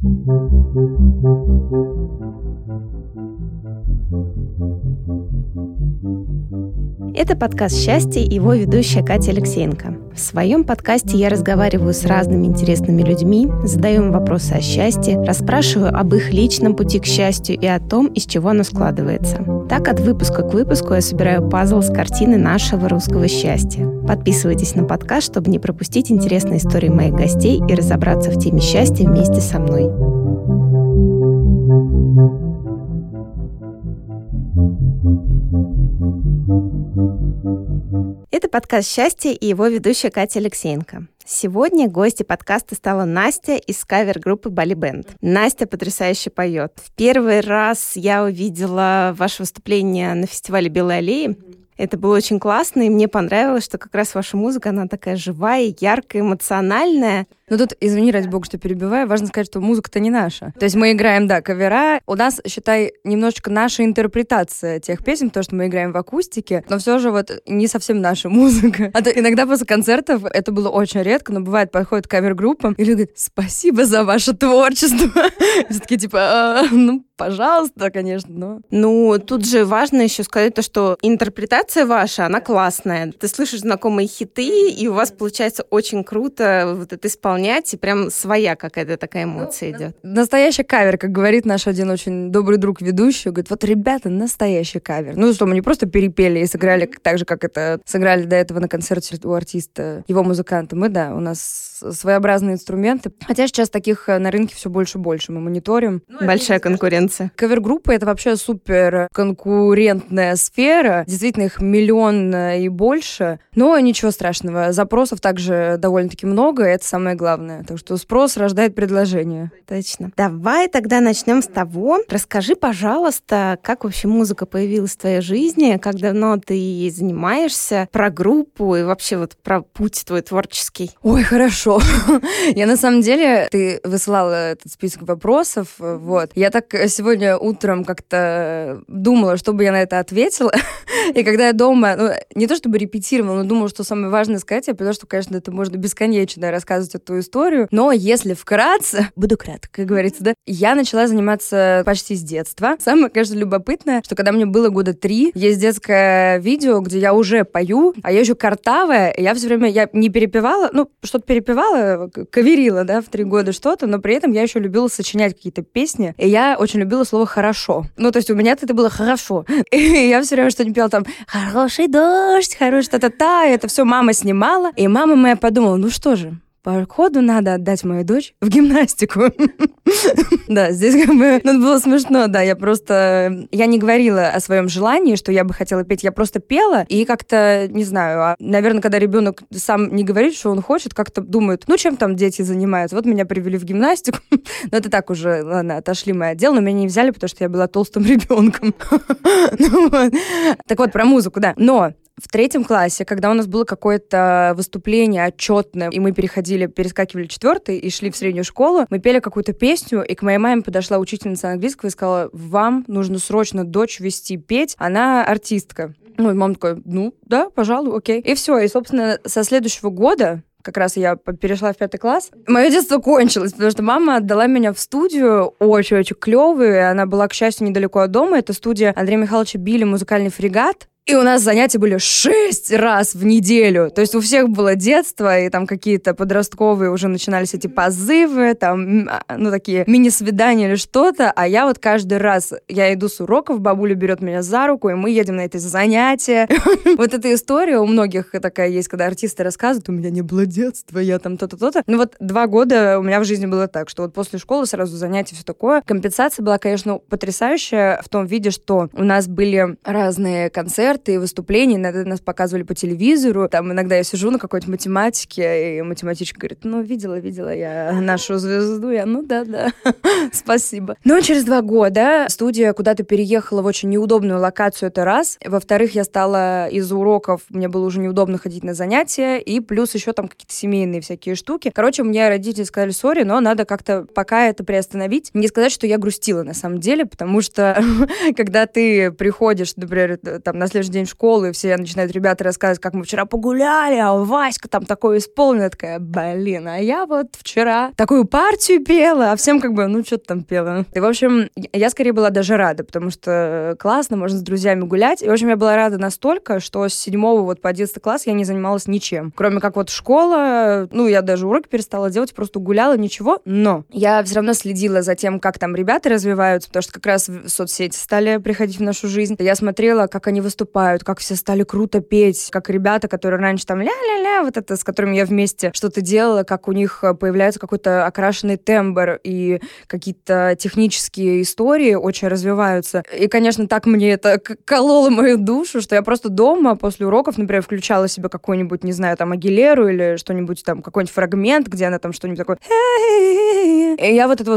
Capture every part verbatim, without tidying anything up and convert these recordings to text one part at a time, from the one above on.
Это подкаст «Счастье» и его ведущая Катя Алексеенко. В своем подкасте я разговариваю с разными интересными людьми, задаю им вопросы о счастье, расспрашиваю об их личном пути к счастью и о том, из чего оно складывается. Так, от выпуска к выпуску я собираю пазл с картины нашего русского счастья. Подписывайтесь на подкаст, чтобы не пропустить интересные истории моих гостей и разобраться в теме счастья вместе со мной. Это подкаст «Счастье» и его ведущая Катя Алексеенко. Сегодня гостьей подкаста стала Настя из кавер-группы Bali Band. Настя потрясающе поет. В первый раз я увидела ваше выступление на фестивале «Белой аллеи». Это было очень классно, и мне понравилось, что как раз ваша музыка, она такая живая, яркая, эмоциональная. Ну тут, извини, ради бога, что перебиваю, важно сказать, что музыка-то не наша. То есть мы играем, да, кавера. У нас, считай, немножечко наша интерпретация тех песен, потому что мы играем в акустике, но все же вот не совсем наша музыка. А то иногда после концертов, это было очень редко, но бывает, подходит кавер-группа, и люди говорят: спасибо за ваше творчество. Все такие типа, ну, пожалуйста, конечно, но... Ну, тут же важно еще сказать то, что интерпретация ваша, она классная. Ты слышишь знакомые хиты, и у вас получается очень круто вот это исполнять, и прям своя какая-то такая эмоция ну, идет. Настоящий кавер, как говорит наш один очень добрый друг ведущий, говорит: вот, ребята, настоящий кавер. Ну что, мы не просто перепели и сыграли так же, как это сыграли до этого на концерте у артиста, его музыканта. Мы, да, у нас своеобразные инструменты. Хотя сейчас таких на рынке все больше и больше. Мы мониторим. Ну, большая конкуренция. Кавер-группы — это вообще супер конкурентная сфера. Действительно, их миллион и больше. Но ничего страшного. Запросов также довольно-таки много, и это самое главное. Так что спрос рождает предложение. Точно. Давай тогда начнем с того. Расскажи, пожалуйста, как вообще музыка появилась в твоей жизни, как давно ты ей занимаешься, про группу и вообще вот про путь твой творческий. Ой, хорошо. Я на самом деле, ты высылала этот список вопросов, вот. Я так сегодня утром как-то думала, что бы я на это ответила. И когда я дома, ну, не то чтобы репетировала, но думала, что самое важное сказать, я поняла, что, конечно, это можно бесконечно рассказывать эту историю. Но если вкратце, буду кратко, как говорится, да, я начала заниматься почти с детства. Самое, конечно, любопытное, что когда мне было года три, есть детское видео, где я уже пою, а я еще картавая, и я все время, я не перепевала, ну, что-то перепевала, каверила, да, в три года что-то, но при этом я еще любила сочинять какие-то песни, и я очень любила слово «хорошо». Ну, то есть у меня это было «хорошо». И я все время что-нибудь пела там «хороший дождь», «хороший та-та-та», и это все мама снимала, и мама моя подумала: ну что же, походу надо отдать мою дочь в гимнастику. Да, здесь как бы... Ну, это было смешно, да, я просто... Я не говорила о своем желании, что я бы хотела петь, я просто пела, и как-то, не знаю, наверное, когда ребенок сам не говорит, что он хочет, как-то думает: ну, чем там дети занимаются? Вот меня привели в гимнастику. Но это так уже, ладно, отошли мои отдел, но меня не взяли, потому что я была толстым ребенком. Так вот, про музыку, да. Но в третьем классе, когда у нас было какое-то выступление отчетное, и мы переходили, перескакивали четвертый и шли в среднюю школу, мы пели какую-то песню, и к моей маме подошла учительница английского и сказала: вам нужно срочно дочь вести петь, она артистка. Ну, и мама такая: ну, да, пожалуй, окей. И все, и, собственно, со следующего года, как раз я перешла в пятый класс, мое детство кончилось, потому что мама отдала меня в студию очень-очень клевую, она была, к счастью, недалеко от дома. Это студия Андрея Михайловича Билли «Музыкальный фрегат». И у нас занятия были шесть раз в неделю. То есть у всех было детство, и там какие-то подростковые уже начинались эти позывы, там, ну, такие мини-свидания или что-то. А я вот каждый раз, я иду с уроков, бабуля берет меня за руку, и мы едем на эти занятия. Вот эта история у многих такая есть, когда артисты рассказывают: у меня не было детства, я там то-то, то-то. Ну вот два года у меня в жизни было так, что вот после школы сразу занятия, все такое. Компенсация была, конечно, потрясающая в том виде, что у нас были разные концерты, и выступления, иногда нас показывали по телевизору. Там иногда я сижу на какой-то математике, и математичка говорит: ну, видела, видела я нашу звезду. Я: ну, да-да, спасибо. Но через два года студия куда-то переехала в очень неудобную локацию, это раз. Во-вторых, я стала из-за уроков, мне было уже неудобно ходить на занятия, и плюс еще там какие-то семейные всякие штуки. Короче, мне родители сказали: сори, но надо как-то пока это приостановить. Не сказать, что я грустила на самом деле, потому что когда ты приходишь, например, там на следующий следующий день в школу, и все начинают ребята рассказывать, как мы вчера погуляли, а Васька там такое исполнил. Я такая, блин, а я вот вчера такую партию пела, а всем как бы, ну, что ты там пела. И, в общем, я скорее была даже рада, потому что классно, можно с друзьями гулять. И, в общем, я была рада настолько, что с седьмого вот по одиннадцатый класс я не занималась ничем. Кроме как вот школа, ну, я даже уроки перестала делать, просто гуляла, ничего. Но я все равно следила за тем, как там ребята развиваются, потому что как раз соцсети стали приходить в нашу жизнь. Я смотрела, как они выступают, как все стали круто петь, как ребята, которые раньше там ля-ля-ля, вот это, с которыми я вместе что-то делала, как у них появляется какой-то окрашенный тембр и какие-то технические истории очень развиваются. И, конечно, так мне это кололо мою душу, что я просто дома после уроков, например, включала себе какую-нибудь, не знаю, там, Агилеру или что-нибудь там, какой-нибудь фрагмент, где она там что-нибудь такое... И я вот это вот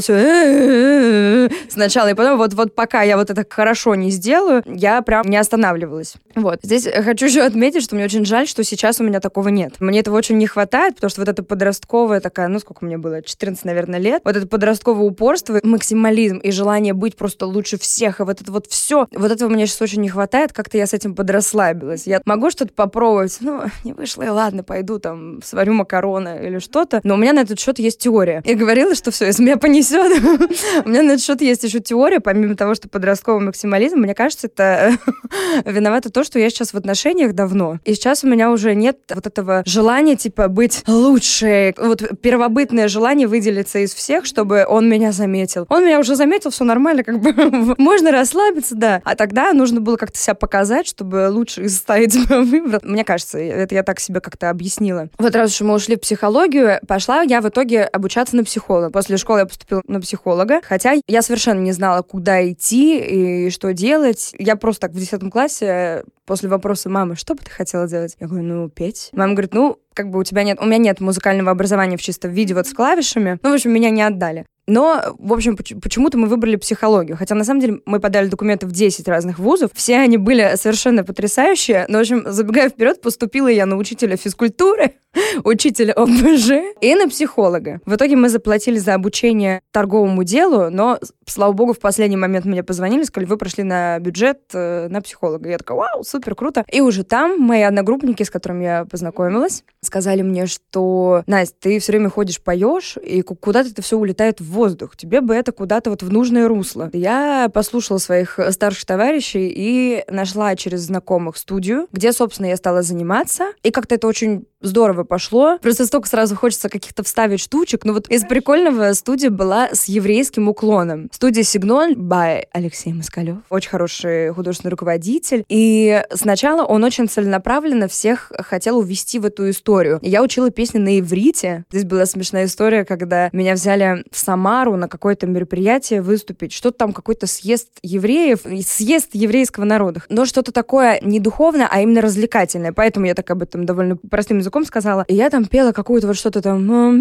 все сначала, и потом вот, вот пока я вот это хорошо не сделаю, я прям не останавливалась. Вот. Здесь хочу еще отметить, что мне очень жаль, что сейчас у меня такого нет. Мне этого очень не хватает, потому что вот это подростковое такая, ну, сколько мне было, четырнадцать, наверное, лет, вот это подростковое упорство, максимализм и желание быть просто лучше всех, и вот это вот все, вот этого мне сейчас очень не хватает, как-то я с этим подрасслабилась. Я могу что-то попробовать, ну, не вышло, и ладно, пойду там сварю макароны или что-то, но у меня на этот счет есть теория. Я говорила, что все, если меня понесет, у меня на этот счет есть еще теория, помимо того, что подростковый максимализм, мне кажется, это виновато то, что я сейчас в отношениях давно, и сейчас у меня уже нет вот этого желания, типа, быть лучшей, вот первобытное желание выделиться из всех, чтобы он меня заметил. Он меня уже заметил, все нормально, как бы можно расслабиться, да. А тогда нужно было как-то себя показать, чтобы лучше из стаи тебя выбрать. Мне кажется, это я так себе как-то объяснила. Вот раз уж мы ушли в психологию, пошла я в итоге обучаться на психолога. После школы я поступила на психолога, хотя я совершенно не знала, куда идти и что делать. Я просто так в десятом классе после вопроса мамы, что бы ты хотела делать? Я говорю, ну, петь. Мама говорит, ну, как бы у тебя нет, у меня нет музыкального образования в чистом виде вот с клавишами. Ну, в общем, меня не отдали. Но, в общем, почему-то мы выбрали психологию. Хотя, на самом деле, мы подали документы в десять разных вузов. Все они были совершенно потрясающие. Но, в общем, забегая вперед, поступила я на учителя физкультуры, учителя о бэ жэ и на психолога. В итоге мы заплатили за обучение торговому делу, но, слава богу, в последний момент мне позвонили, сказали, вы прошли на бюджет э, на психолога. Я такая, вау, супер, круто. И уже там мои одногруппники, с которыми я познакомилась, сказали мне, что, Настя, ты все время ходишь, поешь, и куда-то это все улетает в воздух. Тебе бы это куда-то вот в нужное русло. Я послушала своих старших товарищей и нашла через знакомых студию, где, собственно, я стала заниматься. И как-то это очень здорово пошло. Просто столько сразу хочется каких-то вставить штучек. Но вот из прикольного студия была с еврейским уклоном. Студия «Сигноль» by Алексей Москалев. Очень хороший художественный руководитель. И сначала он очень целенаправленно всех хотел увести в эту историю. Я учила песни на иврите. Здесь была смешная история, когда меня взяли в Самару на какое-то мероприятие выступить. Что-то там, какой-то съезд евреев, съезд еврейского народа. Но что-то такое не духовное, а именно развлекательное. Поэтому я так об этом довольно простым языком сказала. И я там пела какую-то вот что-то там... Ну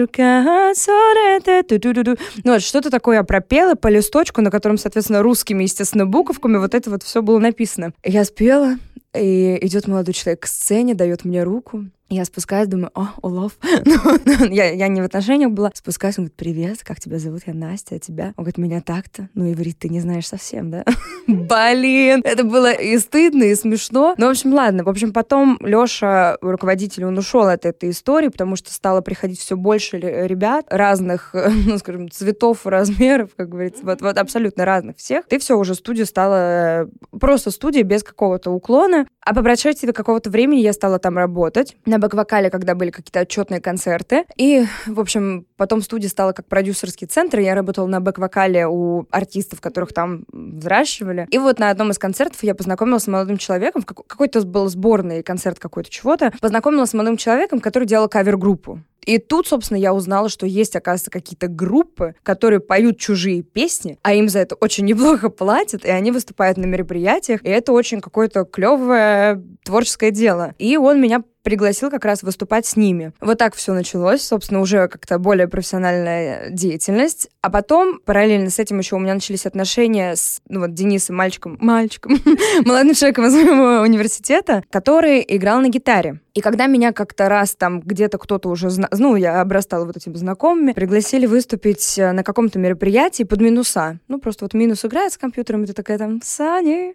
вот, что-то такое я пропела по листочку, на котором, соответственно, русскими, естественно, буковками вот это вот все было написано. Я спела, и идет молодой человек к сцене, дает мне руку. Я спускаюсь, думаю, о, улов. я, я не в отношениях была. Спускаюсь, он говорит, привет, как тебя зовут? Я Настя, а тебя? Он говорит, меня так-то. Ну, иврит ты не знаешь совсем, да? Блин, это было и стыдно, и смешно. Ну, в общем, ладно. В общем, потом Лёша, руководитель, он ушел от этой истории, потому что стало приходить все больше ребят разных, ну, скажем, цветов, размеров, как говорится, вот, вот абсолютно разных всех. И все, уже студия стала просто студией без какого-то уклона. А по прошествии какого-то времени я стала там работать. На бэк-вокале, когда были какие-то отчетные концерты. И, в общем, потом студия стала как продюсерский центр. Я работала на бэк-вокале у артистов, которых там взращивали. И вот на одном из концертов я познакомилась с молодым человеком. Какой-то был сборный концерт какой-то чего-то. Познакомилась с молодым человеком, который делал кавер-группу. И тут, собственно, я узнала, что есть, оказывается, какие-то группы, которые поют чужие песни, а им за это очень неплохо платят, и они выступают на мероприятиях, и это очень какое-то клевое творческое дело. И он меня пригласил как раз выступать с ними. Вот так все началось, собственно, уже как-то более профессиональная деятельность. А потом, параллельно с этим еще у меня начались отношения с, ну вот, Денисом, мальчиком, мальчиком, молодым человеком из моего университета, который играл на гитаре. И когда меня как-то раз там где-то кто-то уже, зна... ну, я обрастала вот этими знакомыми, пригласили выступить на каком-то мероприятии под минуса. Ну, просто вот минус играет с компьютером, и ты такая там, Сани,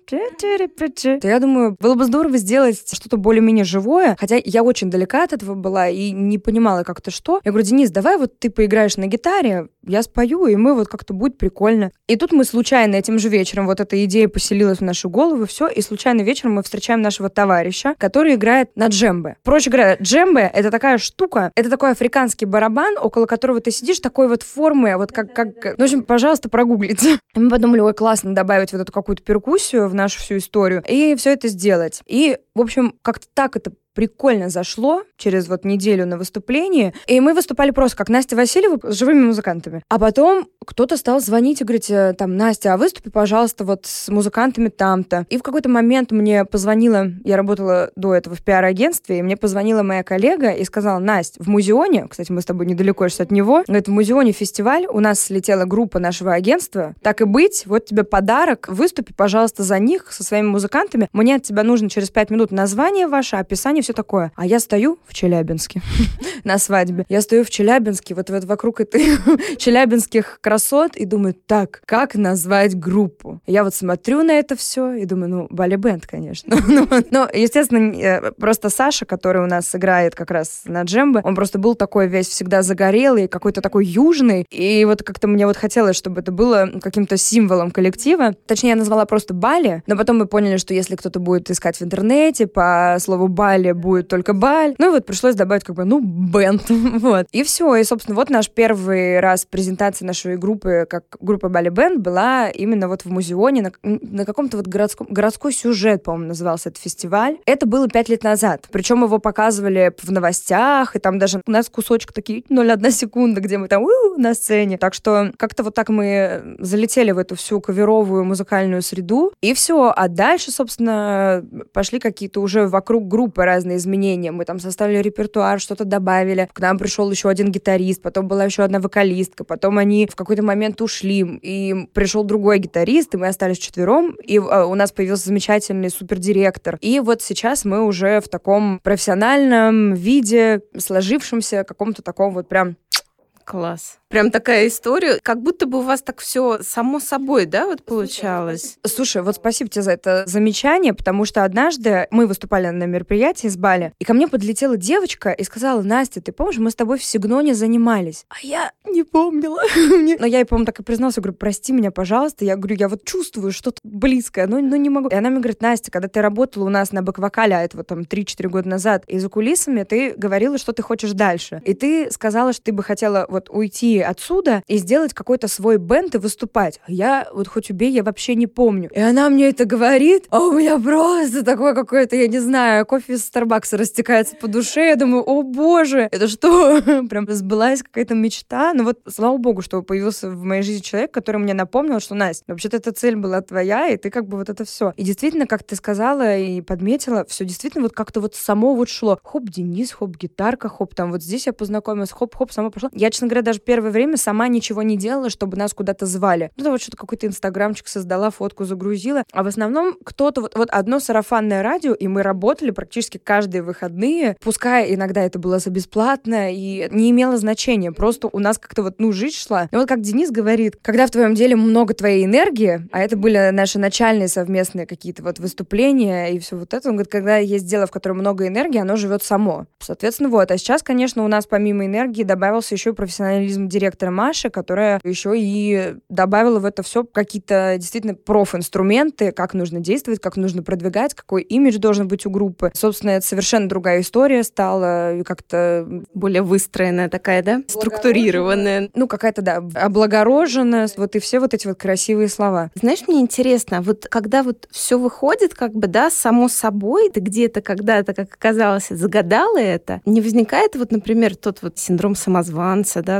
то я думаю, было бы здорово сделать что-то более-менее живое, хотя я очень далека от этого была и не понимала как-то что. Я говорю, Денис, давай вот ты поиграешь на гитаре, я спою, и мы вот как-то будет прикольно. И тут мы случайно этим же вечером, вот эта идея поселилась в нашу голову, все, и случайно вечером мы встречаем нашего товарища, который играет на джембе. Проще говоря, джембе — это такая штука, это такой африканский барабан, около которого ты сидишь, такой вот формы, вот как... как... Ну, в общем, пожалуйста, прогуглите. И мы подумали, ой, классно добавить вот эту какую-то перкуссию в нашу всю историю и все это сделать. И, в общем, как-то так это прикольно зашло через вот неделю на выступлении, и мы выступали просто как Настя Васильева с живыми музыкантами. А потом кто-то стал звонить и говорить, там, Настя, а выступи, пожалуйста, вот с музыкантами там-то. И в какой-то момент мне позвонила, я работала до этого в пиар-агентстве, и мне позвонила моя коллега и сказала, Настя, в Музеоне, кстати, мы с тобой недалеко сейчас от него, говорит, в Музеоне фестиваль, у нас слетела группа нашего агентства, так и быть, вот тебе подарок, выступи, пожалуйста, за них со своими музыкантами, мне от тебя нужно через пять минут название ваше, описание, все такое. А я стою в Челябинске на свадьбе. Я стою в Челябинске, вот, вот вокруг этой челябинских красот и думаю, так, как назвать группу? Я вот смотрю на это все и думаю, ну, Бали Бенд, конечно. Но, естественно, просто Саша, который у нас играет как раз на джембе, он просто был такой весь всегда загорелый, какой-то такой южный, и вот как-то мне вот хотелось, чтобы это было каким-то символом коллектива. Точнее, я назвала просто Бали, но потом мы поняли, что если кто-то будет искать в интернете по слову Бали, будет только Баль. Ну и вот пришлось добавить как бы, ну, бенд. Вот. И все. И, собственно, вот наш первый раз презентация нашей группы, как группа Бали Бенд, была именно вот в Музеоне на, на каком-то вот городском... Городской сюжет, по-моему, назывался этот фестиваль. Это было пять лет назад. Причем его показывали в новостях, и там даже у нас кусочек такие ноль целых одна секунда, где мы там у-у, на сцене. Так что как-то вот так мы залетели в эту всю каверовую музыкальную среду. И все. А дальше, собственно, пошли какие-то уже вокруг группы разные изменения. Мы там составили репертуар, что-то добавили. К нам пришел еще один гитарист, потом была еще одна вокалистка, потом они в какой-то момент ушли, и пришел другой гитарист, и мы остались вчетвером, и у нас появился замечательный супердиректор. И вот сейчас мы уже в таком профессиональном виде, сложившемся, каком-то таком вот прям... Класс. Прям такая история, как будто бы у вас так все само собой, да, вот получалось? Слушай, вот спасибо тебе за это замечание, потому что однажды мы выступали на мероприятии с Бали, и ко мне подлетела девочка и сказала, Настя, ты помнишь, мы с тобой в Сигноне занимались? А я не помнила. Но я ей, по-моему, так и призналась, я говорю, прости меня, пожалуйста. Я говорю, я вот чувствую что-то близкое, но, но не могу. И она мне говорит, Настя, когда ты работала у нас на бэк-вокале, а это вот там три-четыре года назад, и за кулисами ты говорила, что ты хочешь дальше. И ты сказала, что ты бы хотела вот уйти отсюда и сделать какой-то свой бенд и выступать. А я вот хоть убей, я вообще не помню. И она мне это говорит, а у меня просто такое какое-то, я не знаю, кофе из Старбакса растекается по душе. Я думаю, о боже, это что? Прям сбылась какая-то мечта. Но вот слава богу, что появился в моей жизни человек, который мне напомнил, что, Настя, вообще-то эта цель была твоя, и ты как бы вот это все. И действительно, как ты сказала и подметила, все действительно вот как-то вот само вот шло. Хоп, Денис, хоп, гитарка, хоп, там вот здесь я познакомилась, хоп-хоп, само пошло. Я, честно говоря, даже первое время сама ничего не делала, чтобы нас куда-то звали. Ну, вот что-то какой-то инстаграмчик создала, фотку загрузила. А в основном кто-то... Вот, вот одно сарафанное радио, и мы работали практически каждые выходные. Пускай иногда это было за бесплатно, и не имело значения. Просто у нас как-то вот, ну, жизнь шла. И вот как Денис говорит, когда в твоем деле много твоей энергии, а это были наши начальные совместные какие-то вот выступления и все вот это, он говорит, когда есть дело, в котором много энергии, оно живет само. Соответственно, вот. А сейчас, конечно, у нас помимо энергии добавился еще и профессионализм директора Маши, которая еще и добавила в это все какие-то действительно профинструменты, как нужно действовать, как нужно продвигать, какой имидж должен быть у группы. Собственно, это совершенно другая история стала, и как-то... Более выстроенная такая, да? Структурированная. Ну, какая-то, да, облагороженная. Вот и все вот эти вот красивые слова. Знаешь, мне интересно, вот когда вот все выходит, как бы, да, само собой, ты где-то когда-то, как оказалось, загадала это, не возникает вот, например, тот вот синдром самозванца, да, то, что почему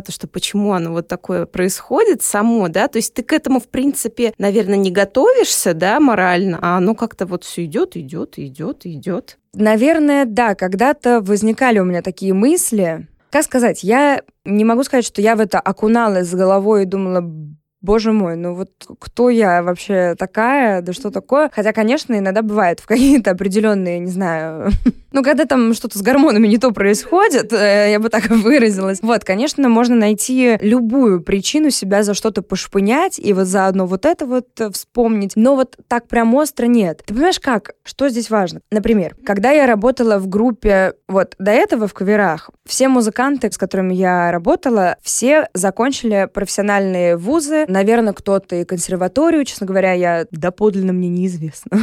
почему оно вот такое происходит само, да, то есть ты к этому, в принципе, наверное, не готовишься, да, морально, а оно как-то вот все идет, идет, идет, идет. Наверное, да, когда-то возникали у меня такие мысли. Как сказать, я не могу сказать, что я в это окуналась с головой и думала, боже мой, ну вот кто я вообще такая, да что такое? Хотя, конечно, иногда бывает в какие-то определенные, не знаю, ну, когда там что-то с гормонами не то происходит, я бы так выразилась. Вот, конечно, можно найти любую причину себя за что-то пошпынять и вот заодно вот это вот вспомнить, но вот так прям остро нет. Ты понимаешь, как? Что здесь важно? Например, когда я работала в группе, вот, до этого в каверах, все музыканты, с которыми я работала, все закончили профессиональные вузы. Наверное, кто-то и консерваторию, честно говоря, я доподлинно мне неизвестно.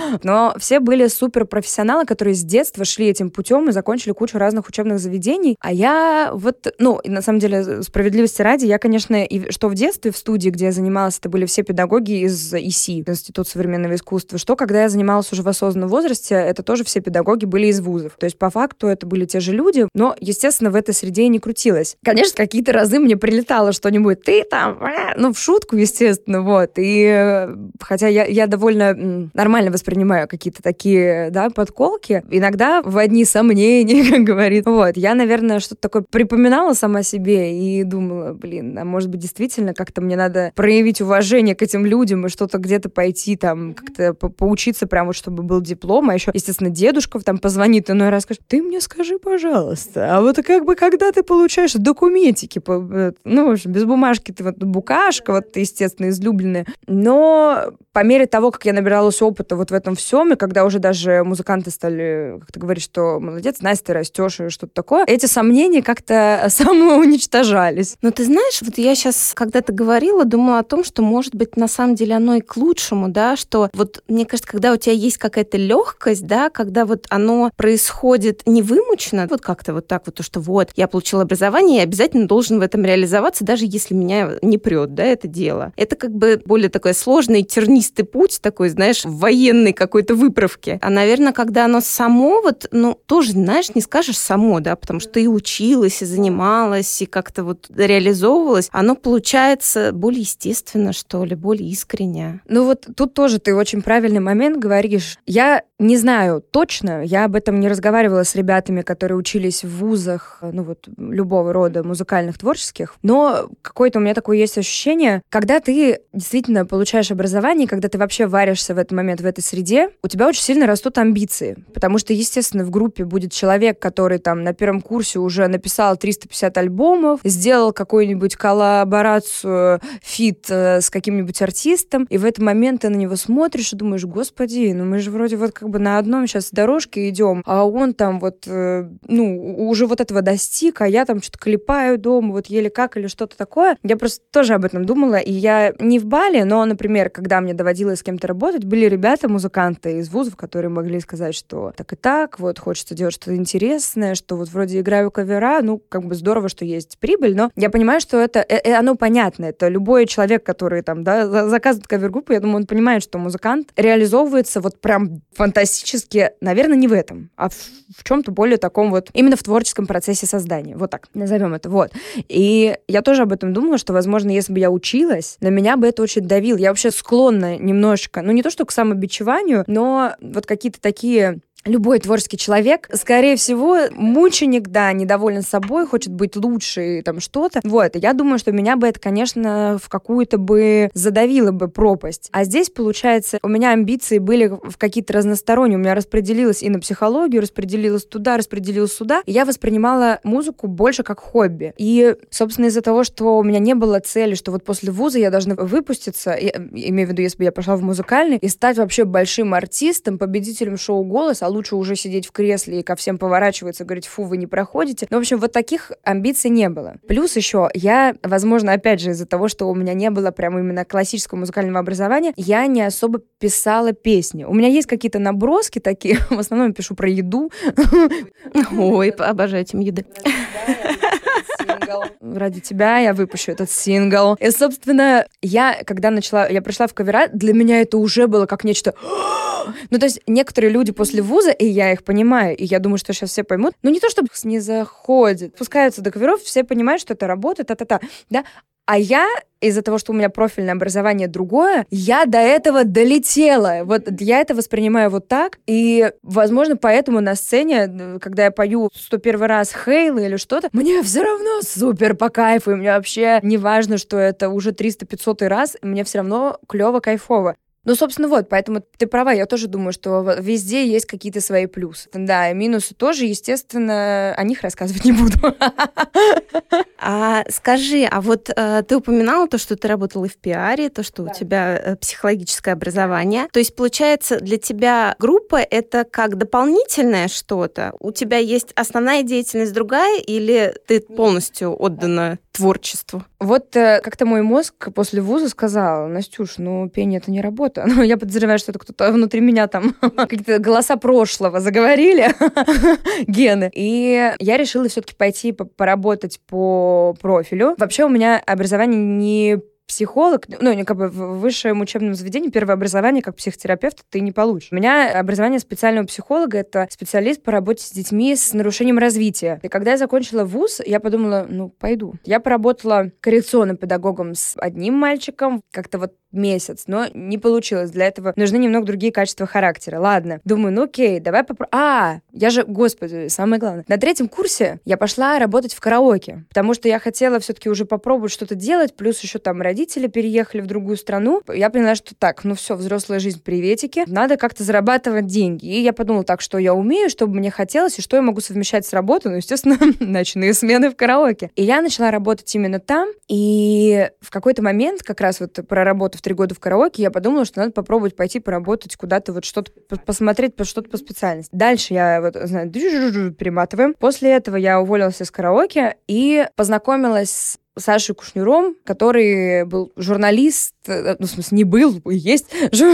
Но все были суперпрофессионалы, которые с детства шли этим путем и закончили кучу разных учебных заведений. А я вот, ну, и на самом деле, справедливости ради, я, конечно, и что в детстве в студии, где я занималась, это были все педагоги из ИСИ, Институт современного искусства, что когда я занималась уже в осознанном возрасте, это тоже все педагоги были из вузов. То есть, по факту, это были те же люди, но, естественно, в этой среде и не крутилась. Конечно, какие-то разы мне прилетало что-нибудь, ты там, ну, в шутку, естественно, вот. И хотя я, я довольно нормально воспринимаю какие-то такие, да, подколки, иногда в одни сомнения, как говорит. Вот, я, наверное, что-то такое припоминала сама себе и думала, блин, а может быть, действительно как-то мне надо проявить уважение к этим людям и что-то где-то пойти там, как-то по поучиться прям вот, чтобы был диплом, а еще, естественно, дедушка там позвонит иной раз, скажет, ты мне скажи, пожалуйста, а вот как бы когда ты получаешь документики, ну, в общем, без бумажки ты вот букашка, вот, естественно, излюбленная, но по мере того, как я набиралась опыта вот в этом всем, и когда уже даже музыканты стали как-то говорить, что молодец, Настя, ты растешь, и что-то такое, эти сомнения как-то самоуничтожались. Но ты знаешь, вот я сейчас, когда ты говорила, думала о том, что, может быть, на самом деле оно и к лучшему, да, что вот, мне кажется, когда у тебя есть какая-то легкость, да, когда вот оно происходит невымученно, вот как-то вот так вот, то, что вот, я получила образование, я обязательно должен в этом реализоваться, даже если меня не прет, да, это дело. Это как бы более такой сложный, тернистый путь, такой, знаешь, военной какой-то выправки. А, наверное, когда оно само, вот, ну, тоже, знаешь, не скажешь само, да, потому что ты и училась, и занималась, и как-то вот реализовывалась, оно получается более естественно, что ли, более искренне. Ну вот тут тоже ты очень правильный момент говоришь. Я не знаю точно, я об этом не разговаривала с ребятами, которые учились в вузах, ну вот, любого рода музыкальных, творческих, но какое-то у меня такое есть ощущение, когда ты действительно получаешь образование, когда ты вообще варишься в этот момент в этой среде, у тебя очень сильно растут амбиции, потому что, естественно, в группе будет человек, который там на первом курсе уже написал триста пятьдесят альбомов, сделал какую-нибудь коллаборацию, фит э, с каким-нибудь артистом, и в этот момент ты на него смотришь и думаешь, господи, ну мы же вроде вот как бы на одном сейчас дорожке идем, а он там вот, э, ну, уже вот этого достиг, а я там что-то клепаю дома, вот еле как или что-то такое. Я просто тоже об этом думала, и я не в Бали, но, например, когда мне доводилось с кем-то работать, были ребята, музыканты из вузов, которые могли сказать, что так и так, вот хочется делать что-то интересное, что вот вроде играю кавера, ну, как бы здорово, что есть прибыль, но я понимаю, что это, э, оно понятно, это любой человек, который там, да, заказывает кавер-группу, я думаю, он понимает, что музыкант реализовывается вот прям фантастически, наверное, не в этом, а в, в чем-то более таком вот, именно в творческом процессе создания, вот так, назовем это, вот. И я тоже об этом думала, что, возможно, если бы я училась, на меня бы это очень давило. Я вообще склонна немножко, ну, не то, что к самобичеванию, но вот какие-то такие... Любой творческий человек, скорее всего, мученик, да, недоволен собой, хочет быть лучше и там что-то. Вот, и я думаю, что меня бы это, конечно, в какую-то бы задавило бы пропасть. А здесь, получается, у меня амбиции были в какие-то разносторонние. У меня распределилось и на психологию, распределилось туда, распределилось сюда. И я воспринимала музыку больше как хобби. И, собственно, из-за того, что у меня не было цели, что вот после вуза я должна выпуститься, я, имею в виду, если бы я пошла в музыкальный, и стать вообще большим артистом, победителем шоу «Голос», а лучше уже сидеть в кресле и ко всем поворачиваться и говорить, фу, вы не проходите. Ну, в общем, вот таких амбиций не было. Плюс еще я, возможно, опять же, из-за того, что у меня не было прям именно классического музыкального образования, я не особо писала песни. У меня есть какие-то наброски такие, в основном я пишу про еду. Ой, обожаю этим еды. сингл. Ради тебя я выпущу этот сингл. И, собственно, я, когда начала, я пришла в кавера, для меня это уже было как нечто... Ну, то есть некоторые люди после вуза, и я их понимаю, и я думаю, что сейчас все поймут, ну, не то чтобы не заходят, спускаются до каверов, все понимают, что это работа, та-та-та, да, а я из-за того, что у меня профильное образование другое, я до этого долетела. Вот я это воспринимаю вот так. И, возможно, поэтому на сцене, когда я пою сто первый раз Хейл или что-то, мне все равно супер по кайфу. И мне вообще не важно, что это уже триста-пятьсот раз, мне все равно клево, кайфово. Ну, собственно, вот, поэтому ты права, я тоже думаю, что везде есть какие-то свои плюсы. Да, и минусы тоже, естественно, о них рассказывать не буду. А скажи, а вот э, ты упоминала то, что ты работала в пиаре, то, что да. у тебя э, психологическое образование. То есть, получается, для тебя группа — это как дополнительное что-то? У тебя есть основная деятельность другая, или ты полностью отдана творчеству? Вот э, как-то мой мозг после вуза сказал: Настюш, ну, пение — это не работа. Ну, я подозреваю, что это кто-то внутри меня там какие-то голоса прошлого заговорили, гены. И я решила все-таки пойти поработать по профилю. Вообще у меня образование не психолог, ну, как бы в высшем учебном заведении первое образование как психотерапевт ты не получишь. У меня образование специального психолога — это специалист по работе с детьми с нарушением развития. И когда я закончила вуз, я подумала, ну, пойду. Я поработала коррекционным педагогом с одним мальчиком, как-то вот месяц, но не получилось. Для этого нужны немного другие качества характера. Ладно. Думаю, ну окей, давай попробуем. А, я же, господи, самое главное. На третьем курсе я пошла работать в караоке, потому что я хотела все-таки уже попробовать что-то делать, плюс еще там родители переехали в другую страну. Я поняла, что так, ну все, взрослая жизнь, приветики. Надо как-то зарабатывать деньги. И я подумала так, что я умею, что бы мне хотелось, и что я могу совмещать с работой. Ну, естественно, ночные смены в караоке. И я начала работать именно там, и в какой-то момент, как раз вот проработав три года в караоке, я подумала, что надо попробовать пойти поработать куда-то, вот что-то посмотреть, что-то по специальности. Дальше я вот, знаю, перематываем. После этого я уволилась из караоке и познакомилась с Сашей Кушниром, который был журналист, ну, в смысле, не был, есть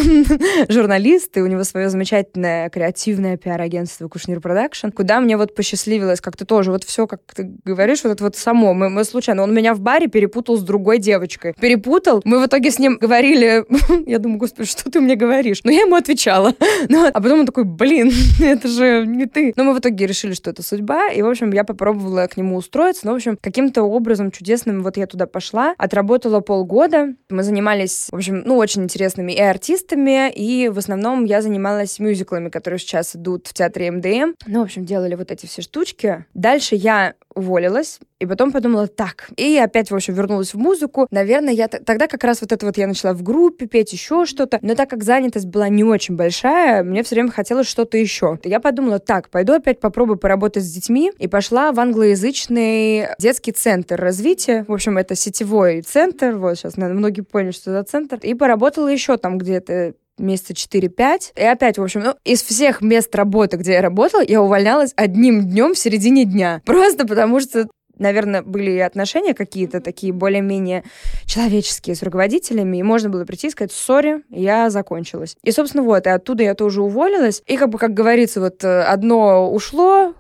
журналист, и у него свое замечательное креативное пиар-агентство Кушнир Продакшн, куда мне вот посчастливилось как-то тоже, вот все, как ты говоришь, вот это вот само. Мы, мы случайно, он меня в баре перепутал с другой девочкой. Перепутал, мы в итоге с ним говорили, я думаю, господи, что ты мне говоришь? Но я ему отвечала. Ну, а потом он такой, блин, это же не ты. Но мы в итоге решили, что это судьба, и, в общем, я попробовала к нему устроиться, но, в общем, каким-то образом чудесно вот я туда пошла, отработала полгода. Мы занимались, в общем, ну, очень интересными и артистами, и в основном я занималась мюзиклами, которые сейчас идут в театре эм дэ эм. Ну, в общем, делали вот эти все штучки. Дальше я уволилась, и потом подумала, так, и опять, в общем, вернулась в музыку. Наверное, я т- тогда как раз вот это вот я начала в группе петь, еще что-то, но так как занятость была не очень большая, мне все время хотелось что-то еще. Я подумала, так, пойду опять попробую поработать с детьми, и пошла в англоязычный детский центр развития. В общем, это сетевой центр, вот сейчас, наверное, многие поняли, что это центр, и поработала еще там где-то месяца четыре-пять. И опять, в общем, ну, из всех мест работы, где я работала, я увольнялась одним днем в середине дня. Просто потому что, наверное, были и отношения какие-то такие более-менее человеческие с руководителями, и можно было прийти и сказать, сори, я закончилась. И, собственно, вот, и оттуда я тоже уволилась. И, как бы, как говорится, вот одно ушло,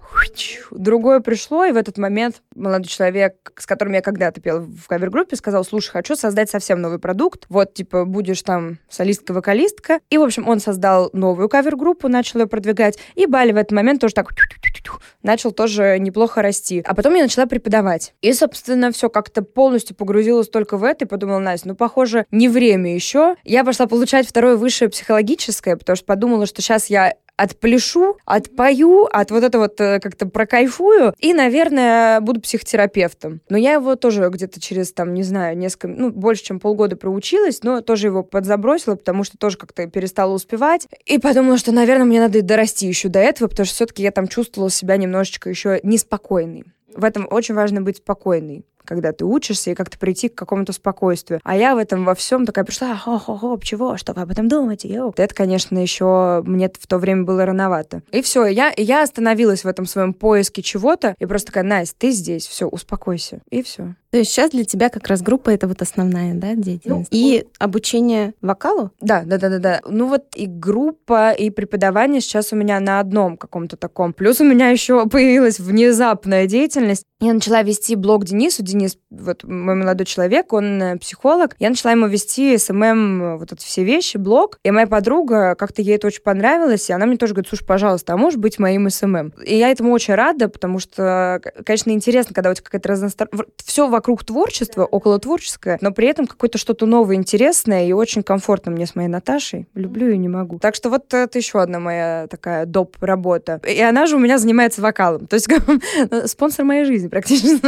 другое пришло, и в этот момент молодой человек, с которым я когда-то пела в кавер-группе, сказал, слушай, хочу создать совсем новый продукт, вот, типа, будешь там солистка-вокалистка. И, в общем, он создал новую кавер-группу, начал ее продвигать, и Бали в этот момент тоже так начал тоже неплохо расти. А потом я начала преподавать. И, собственно, все как-то полностью погрузилась только в это, и подумала, Настя, ну, похоже, не время еще. Я пошла получать второе высшее психологическое, потому что подумала, что сейчас я отпляшу, отпою, от вот это вот как-то прокайфую, и, наверное, буду психотерапевтом. Но я его тоже где-то через, там, не знаю, несколько, ну, больше, чем полгода проучилась, но тоже его подзабросила, потому что тоже как-то перестала успевать. И подумала, что, наверное, мне надо дорасти еще до этого, потому что все-таки я там чувствовала себя немножечко еще неспокойной. В этом очень важно быть спокойной, когда ты учишься, и как-то прийти к какому-то спокойствию. А я в этом во всем такая пришла, хо-хо-хо, чего, что вы об этом думаете? Йоу. Это, конечно, еще мне в то время было рановато. И все, я, я остановилась в этом своем поиске чего-то, и просто такая, Настя, ты здесь, все, успокойся. И все. То есть сейчас для тебя как раз группа — это вот основная, да, деятельность? Ну, и обучение вокалу? Да, да, да, да, да. Ну вот и группа, и преподавание сейчас у меня на одном каком-то таком. Плюс у меня еще появилась внезапная деятельность. Я начала вести блог Денису. Денис, вот мой молодой человек, он психолог. Я начала ему вести эс эм эм, вот эти все вещи, блог. И моя подруга, как-то ей это очень понравилось, и она мне тоже говорит: слушай, пожалуйста, а можешь быть моим эс эм эм? И я этому очень рада, потому что, конечно, интересно, когда у тебя какая-то разносторонняя... Все вокруг творчества, около творческое, но при этом какое-то что-то новое, интересное, и очень комфортно мне с моей Наташей. Люблю ее, не могу. Так что вот это еще одна моя такая доп. Работа. И она же у меня занимается вокалом. То есть спонсор моей жизни практически.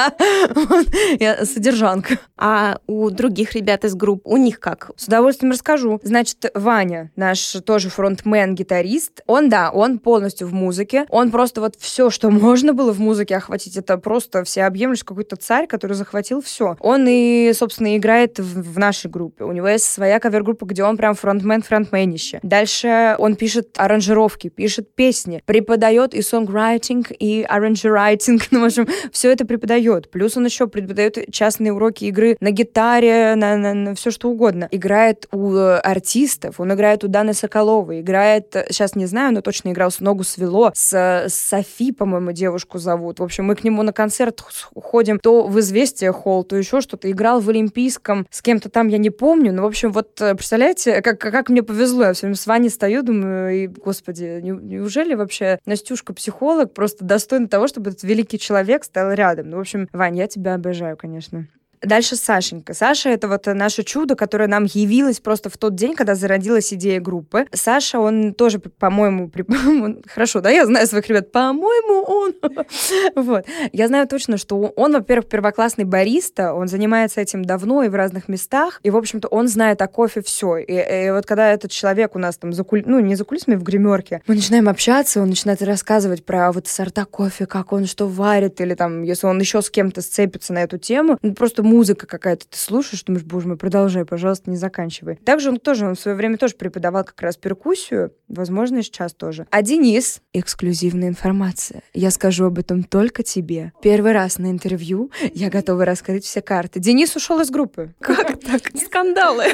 Я содержанка. А у других ребят из групп, у них как? С удовольствием расскажу. Значит, Ваня, наш тоже фронтмен, гитарист, он, да, он полностью в музыке. Он просто вот все, что можно было в музыке охватить, это просто всеобъемлющий какой-то царь, который захватил все. Он и, собственно, играет в, в нашей группе. У него есть своя кавер-группа, где он прям фронтмен-фронтменище. Дальше он пишет аранжировки, пишет песни, преподает и сонграйтинг, и аранжирайтинг. Ну, в общем, все это преподает. Плюс он еще преподает частные уроки игры на гитаре, на, на, на все что угодно. Играет у артистов, он играет у Даны Соколовой, играет, сейчас не знаю, но точно играл с «Ногу свело», с, с Софи, по-моему, девушку зовут. В общем, мы к нему на концерт ходим то в «Известия холл», то еще что-то. Играл в Олимпийском с кем-то там, я не помню. Но, в общем, вот представляете, как, как мне повезло. Я все время с Ваней стою, думаю, и, господи, неужели вообще Настюшка психолог просто достойна того, чтобы этот великий человек стоял рядом? Ну, в общем, Вань, я тебя обожаю, конечно. Дальше Сашенька. Саша — это вот наше чудо, которое нам явилось просто в тот день, когда зародилась идея группы. Саша, он тоже, по-моему, при... хорошо, да, я знаю своих ребят, по-моему, он... вот. Я знаю точно, что он, во-первых, первоклассный бариста, он занимается этим давно и в разных местах, и, в общем-то, он знает о кофе все. И, и вот когда этот человек у нас там, за куль... ну, не за кулисами, в гримерке, мы начинаем общаться, он начинает рассказывать про вот сорта кофе, как он что варит, или там, если он еще с кем-то сцепится на эту тему, ну, просто музыка какая-то, ты слушаешь, думаешь, боже мой, продолжай, пожалуйста, не заканчивай. Также он тоже, он в свое время тоже преподавал как раз перкуссию, возможно, и сейчас тоже. А Денис — эксклюзивная информация. Я скажу об этом только тебе. Первый раз на интервью я готова раскрыть все карты. Денис ушел из группы. Как так? Скандалы.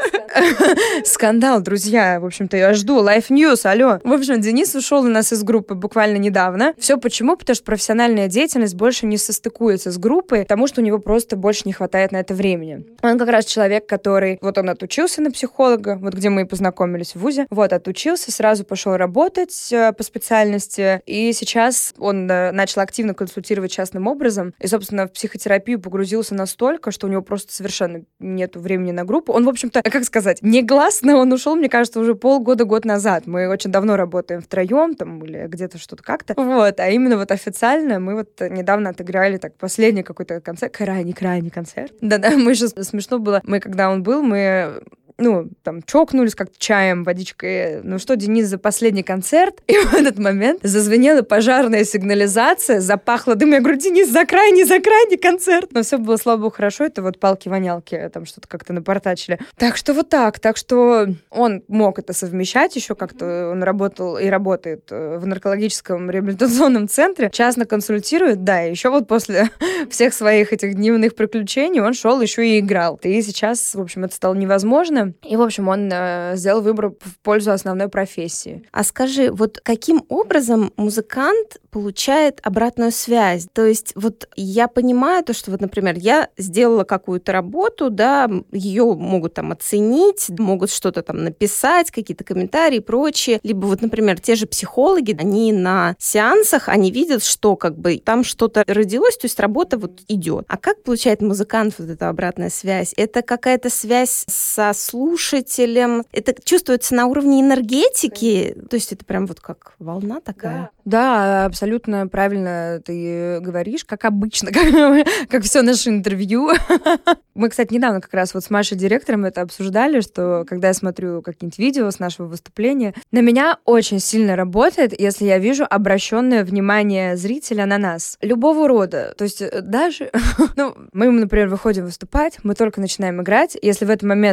Скандал, друзья. В общем-то, я жду. Life News, алло. В общем, Денис ушел у нас из группы буквально недавно. Все почему? Потому что профессиональная деятельность больше не состыкуется с группой, потому что у него просто больше не хватает на это времени. Он как раз человек, который... Вот он отучился на психолога, вот где мы и познакомились в вузе. Вот, отучился, сразу пошел работать э, по специальности, и сейчас он э, начал активно консультировать частным образом, и, собственно, в психотерапию погрузился настолько, что у него просто совершенно нету времени на группу. Он, в общем-то, как сказать, негласно он ушел, мне кажется, уже полгода-год назад. Мы очень давно работаем втроем, там, или где-то что-то как-то. Вот, а именно вот официально мы вот недавно отыграли так последний какой-то концерт, крайний-крайний концерт. Да-да, мы же смешно было. Мы, когда он был, мы... ну, там, чокнулись как-то чаем, водичкой. Ну что, Денис, за последний концерт. И в этот момент зазвенела пожарная сигнализация, запахло дым. Я говорю, Денис, за крайний, за крайний концерт. Но все было, слава богу, хорошо. Это вот палки-вонялки там что-то как-то напортачили. Так что вот так. Так что он мог это совмещать еще как-то. Он работал и работает в наркологическом реабилитационном центре. Частно консультирует, да. И еще вот после всех своих этих дневных приключений он шел еще и играл. И сейчас, в общем, это стало невозможно. И, в общем, он э, сделал выбор в пользу основной профессии. А скажи, вот каким образом музыкант получает обратную связь? То есть вот я понимаю то, что вот, например, я сделала какую-то работу, да, ее могут там оценить, могут что-то там написать, какие-то комментарии и прочее. Либо вот, например, те же психологи, они на сеансах, они видят, что как бы там что-то родилось, то есть работа вот идет. А как получает музыкант вот эта обратная связь? Это какая-то связь со слушателем? Это чувствуется на уровне энергетики? То есть это прям вот как волна такая? Да, абсолютно правильно ты говоришь, как обычно, как, как все наше интервью. Мы, кстати, недавно как раз вот с Машей, директором, это обсуждали, что когда я смотрю какие-нибудь видео с нашего выступления, на меня очень сильно работает, если я вижу обращенное внимание зрителя на нас. Любого рода. То есть даже... ну, мы, например, выходим выступать, мы только начинаем играть, если в этот момент, например, ну,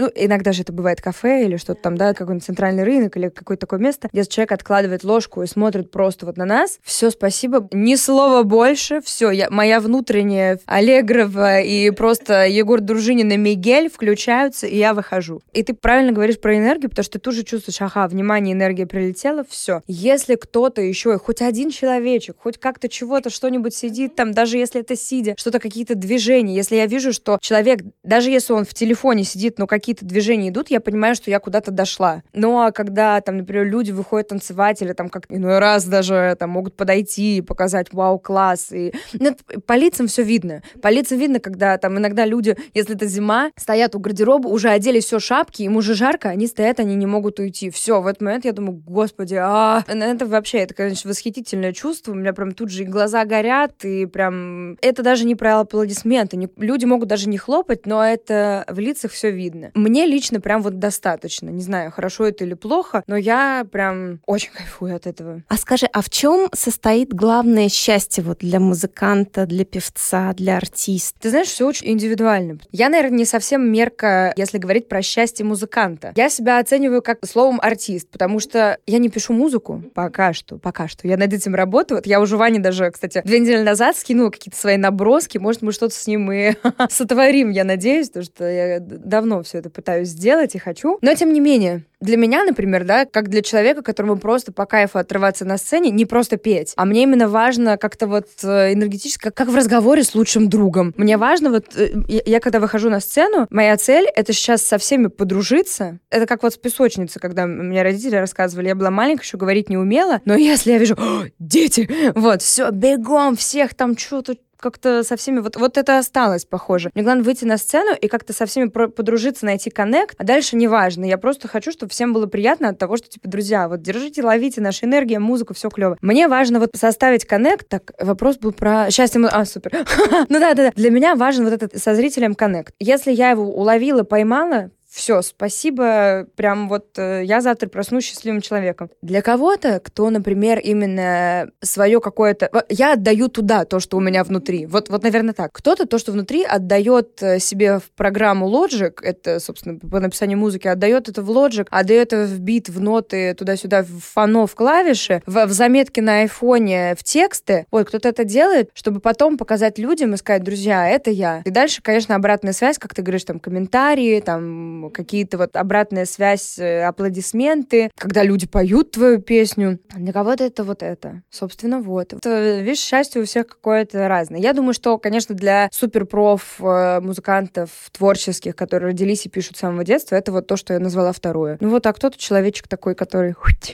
Ну, иногда же это бывает кафе или что-то там, да, какой-нибудь центральный рынок или какое-то такое место, где человек откладывает ложку и смотрит просто вот на нас. Все, спасибо. Ни слова больше. Все, я, моя внутренняя Аллегрова и просто Егор Дружинин и Мигель включаются, и я выхожу. И ты правильно говоришь про энергию, потому что ты тоже чувствуешь, ага, внимание, энергия прилетела, все. Если кто-то еще, хоть один человечек, хоть как-то чего-то, что-нибудь сидит там, даже если это сидя, что-то, какие-то движения, если я вижу, что человек, даже если он в телефоне сидит, но какие-то движения идут, я понимаю, что я куда-то дошла. Ну, а когда, там, например, люди выходят танцевать или там как иной раз даже там могут подойти и показать, вау, класс, и ну, по лицам все видно. По лицам видно, когда там иногда люди, если это зима, стоят у гардероба, уже одели все шапки, им уже жарко, они стоят, они не могут уйти. Все, в этот момент я думаю, господи, а это вообще, это, конечно, восхитительное чувство, у меня прям тут же и глаза горят, и прям... Это даже не про аплодисменты, не... люди могут даже не хлопать, но это в лицах все видно. Мне лично прям вот достаточно, не знаю, хорошо это или плохо, но я прям очень кайфую от этого. А скажи, а в чем состоит главное счастье вот для музыканта, для певца, для артиста? Ты знаешь, все очень индивидуально. Я, наверное, не совсем мерка, если говорить про счастье музыканта. Я себя оцениваю как словом артист, потому что я не пишу музыку пока что, пока что. Я над этим работаю. Вот я уже Ване даже, кстати, две недели назад скинула какие-то свои наброски. Может, мы что-то с ним и сотворим, я надеюсь, потому что я давно все это пытаюсь сделать и хочу. Но, тем не менее, для меня, например, да, как для человека, которому просто по кайфу отрываться на сцене, не просто петь, а мне именно важно как-то вот энергетически, как, как в разговоре с лучшим другом. Мне важно вот, я, я когда выхожу на сцену, моя цель — это сейчас со всеми подружиться. Это как вот с песочницей, когда мне родители рассказывали, я была маленькая, еще говорить не умела, но если я вижу, дети, вот, все, бегом, всех там что-то, как-то со всеми... Вот, вот это осталось, похоже. Мне главное выйти на сцену и как-то со всеми подружиться, найти коннект, а дальше неважно. Я просто хочу, чтобы всем было приятно от того, что, типа, друзья, вот держите, ловите, наша энергия, музыка, все клево. Мне важно вот составить коннект. Так, вопрос был про счастье... А, супер. Ну да-да-да. Для меня важен вот этот со зрителем коннект. Если я его уловила, поймала, все, спасибо, прям вот э, я завтра проснусь счастливым человеком. Для кого-то, кто, например, именно свое какое-то... Я отдаю туда то, что у меня внутри. Вот, вот, наверное, так. Кто-то то, что внутри, отдает себе в программу Logic, это, собственно, по написанию музыки, отдает это в Logic, отдает это в бит, в ноты, туда-сюда, в фано, в клавиши, в, в заметки на айфоне, в тексты. Вот, кто-то это делает, чтобы потом показать людям и сказать, друзья, это я. И дальше, конечно, обратная связь, как ты говоришь, там, комментарии, там, какие-то вот обратная связь, аплодисменты, когда люди поют твою песню. Для кого-то это вот это. Собственно, вот. Это, видишь, счастье у всех какое-то разное. Я думаю, что, конечно, для суперпроф музыкантов творческих, которые родились и пишут с самого детства, это вот то, что я назвала второе. Ну вот, а кто-то человечек такой, который...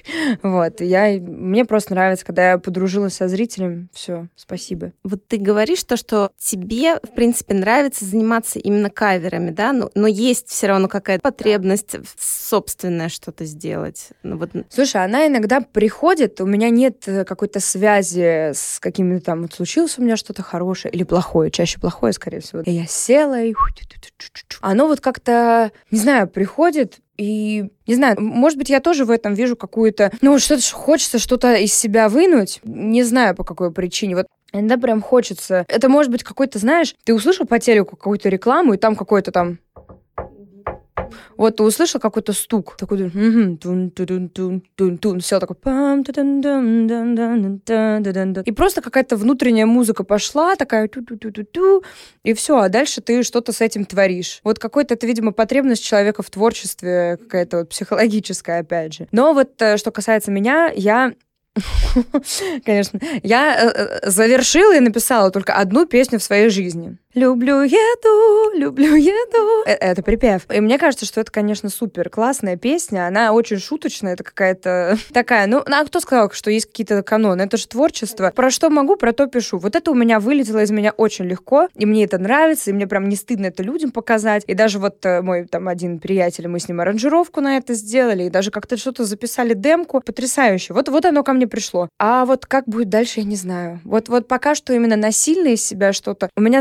Вот. Я... Мне просто нравится, когда я подружилась со зрителем. Все, спасибо. Вот ты говоришь то, что тебе, в принципе, нравится заниматься именно каверами, да? Но, но есть все равно какая-то потребность собственное что-то сделать. Ну, вот. Слушай, она иногда приходит, у меня нет какой-то связи с какими-то там, вот случилось у меня что-то хорошее или плохое, чаще плохое, скорее всего. И я села, и оно вот как-то, не знаю, приходит, и, не знаю, может быть, я тоже в этом вижу какую-то... Ну, что-то хочется что-то из себя вынуть. Не знаю, по какой причине. Вот иногда прям хочется. Это может быть какой-то, знаешь, ты услышал по телеку какую-то рекламу, и там какой-то там... Вот ты услышал какой-то стук, такой, все такое, и просто какая-то внутренняя музыка пошла, такая, и все, а дальше ты что-то с этим творишь. Вот какой-то, это, видимо, потребность человека в творчестве, какая-то вот психологическая, опять же. Но вот что касается меня, я... Конечно. Я завершила и написала только одну песню в своей жизни. Люблю еду, люблю еду. Это припев. И мне кажется, что это, конечно, супер классная песня. Она очень шуточная. Это какая-то такая... Ну, а кто сказал, что есть какие-то каноны? Это же творчество. Про что могу, про то пишу. Вот это у меня вылетело из меня очень легко. И мне это нравится. И мне прям не стыдно это людям показать. И даже вот мой там один приятель, мы с ним аранжировку на это сделали. И даже как-то что-то записали демку. Потрясающе. Вот, вот оно ко мне пришло. А вот как будет дальше, я не знаю. Вот, вот пока что именно насильно из себя что-то... У меня, знаешь, как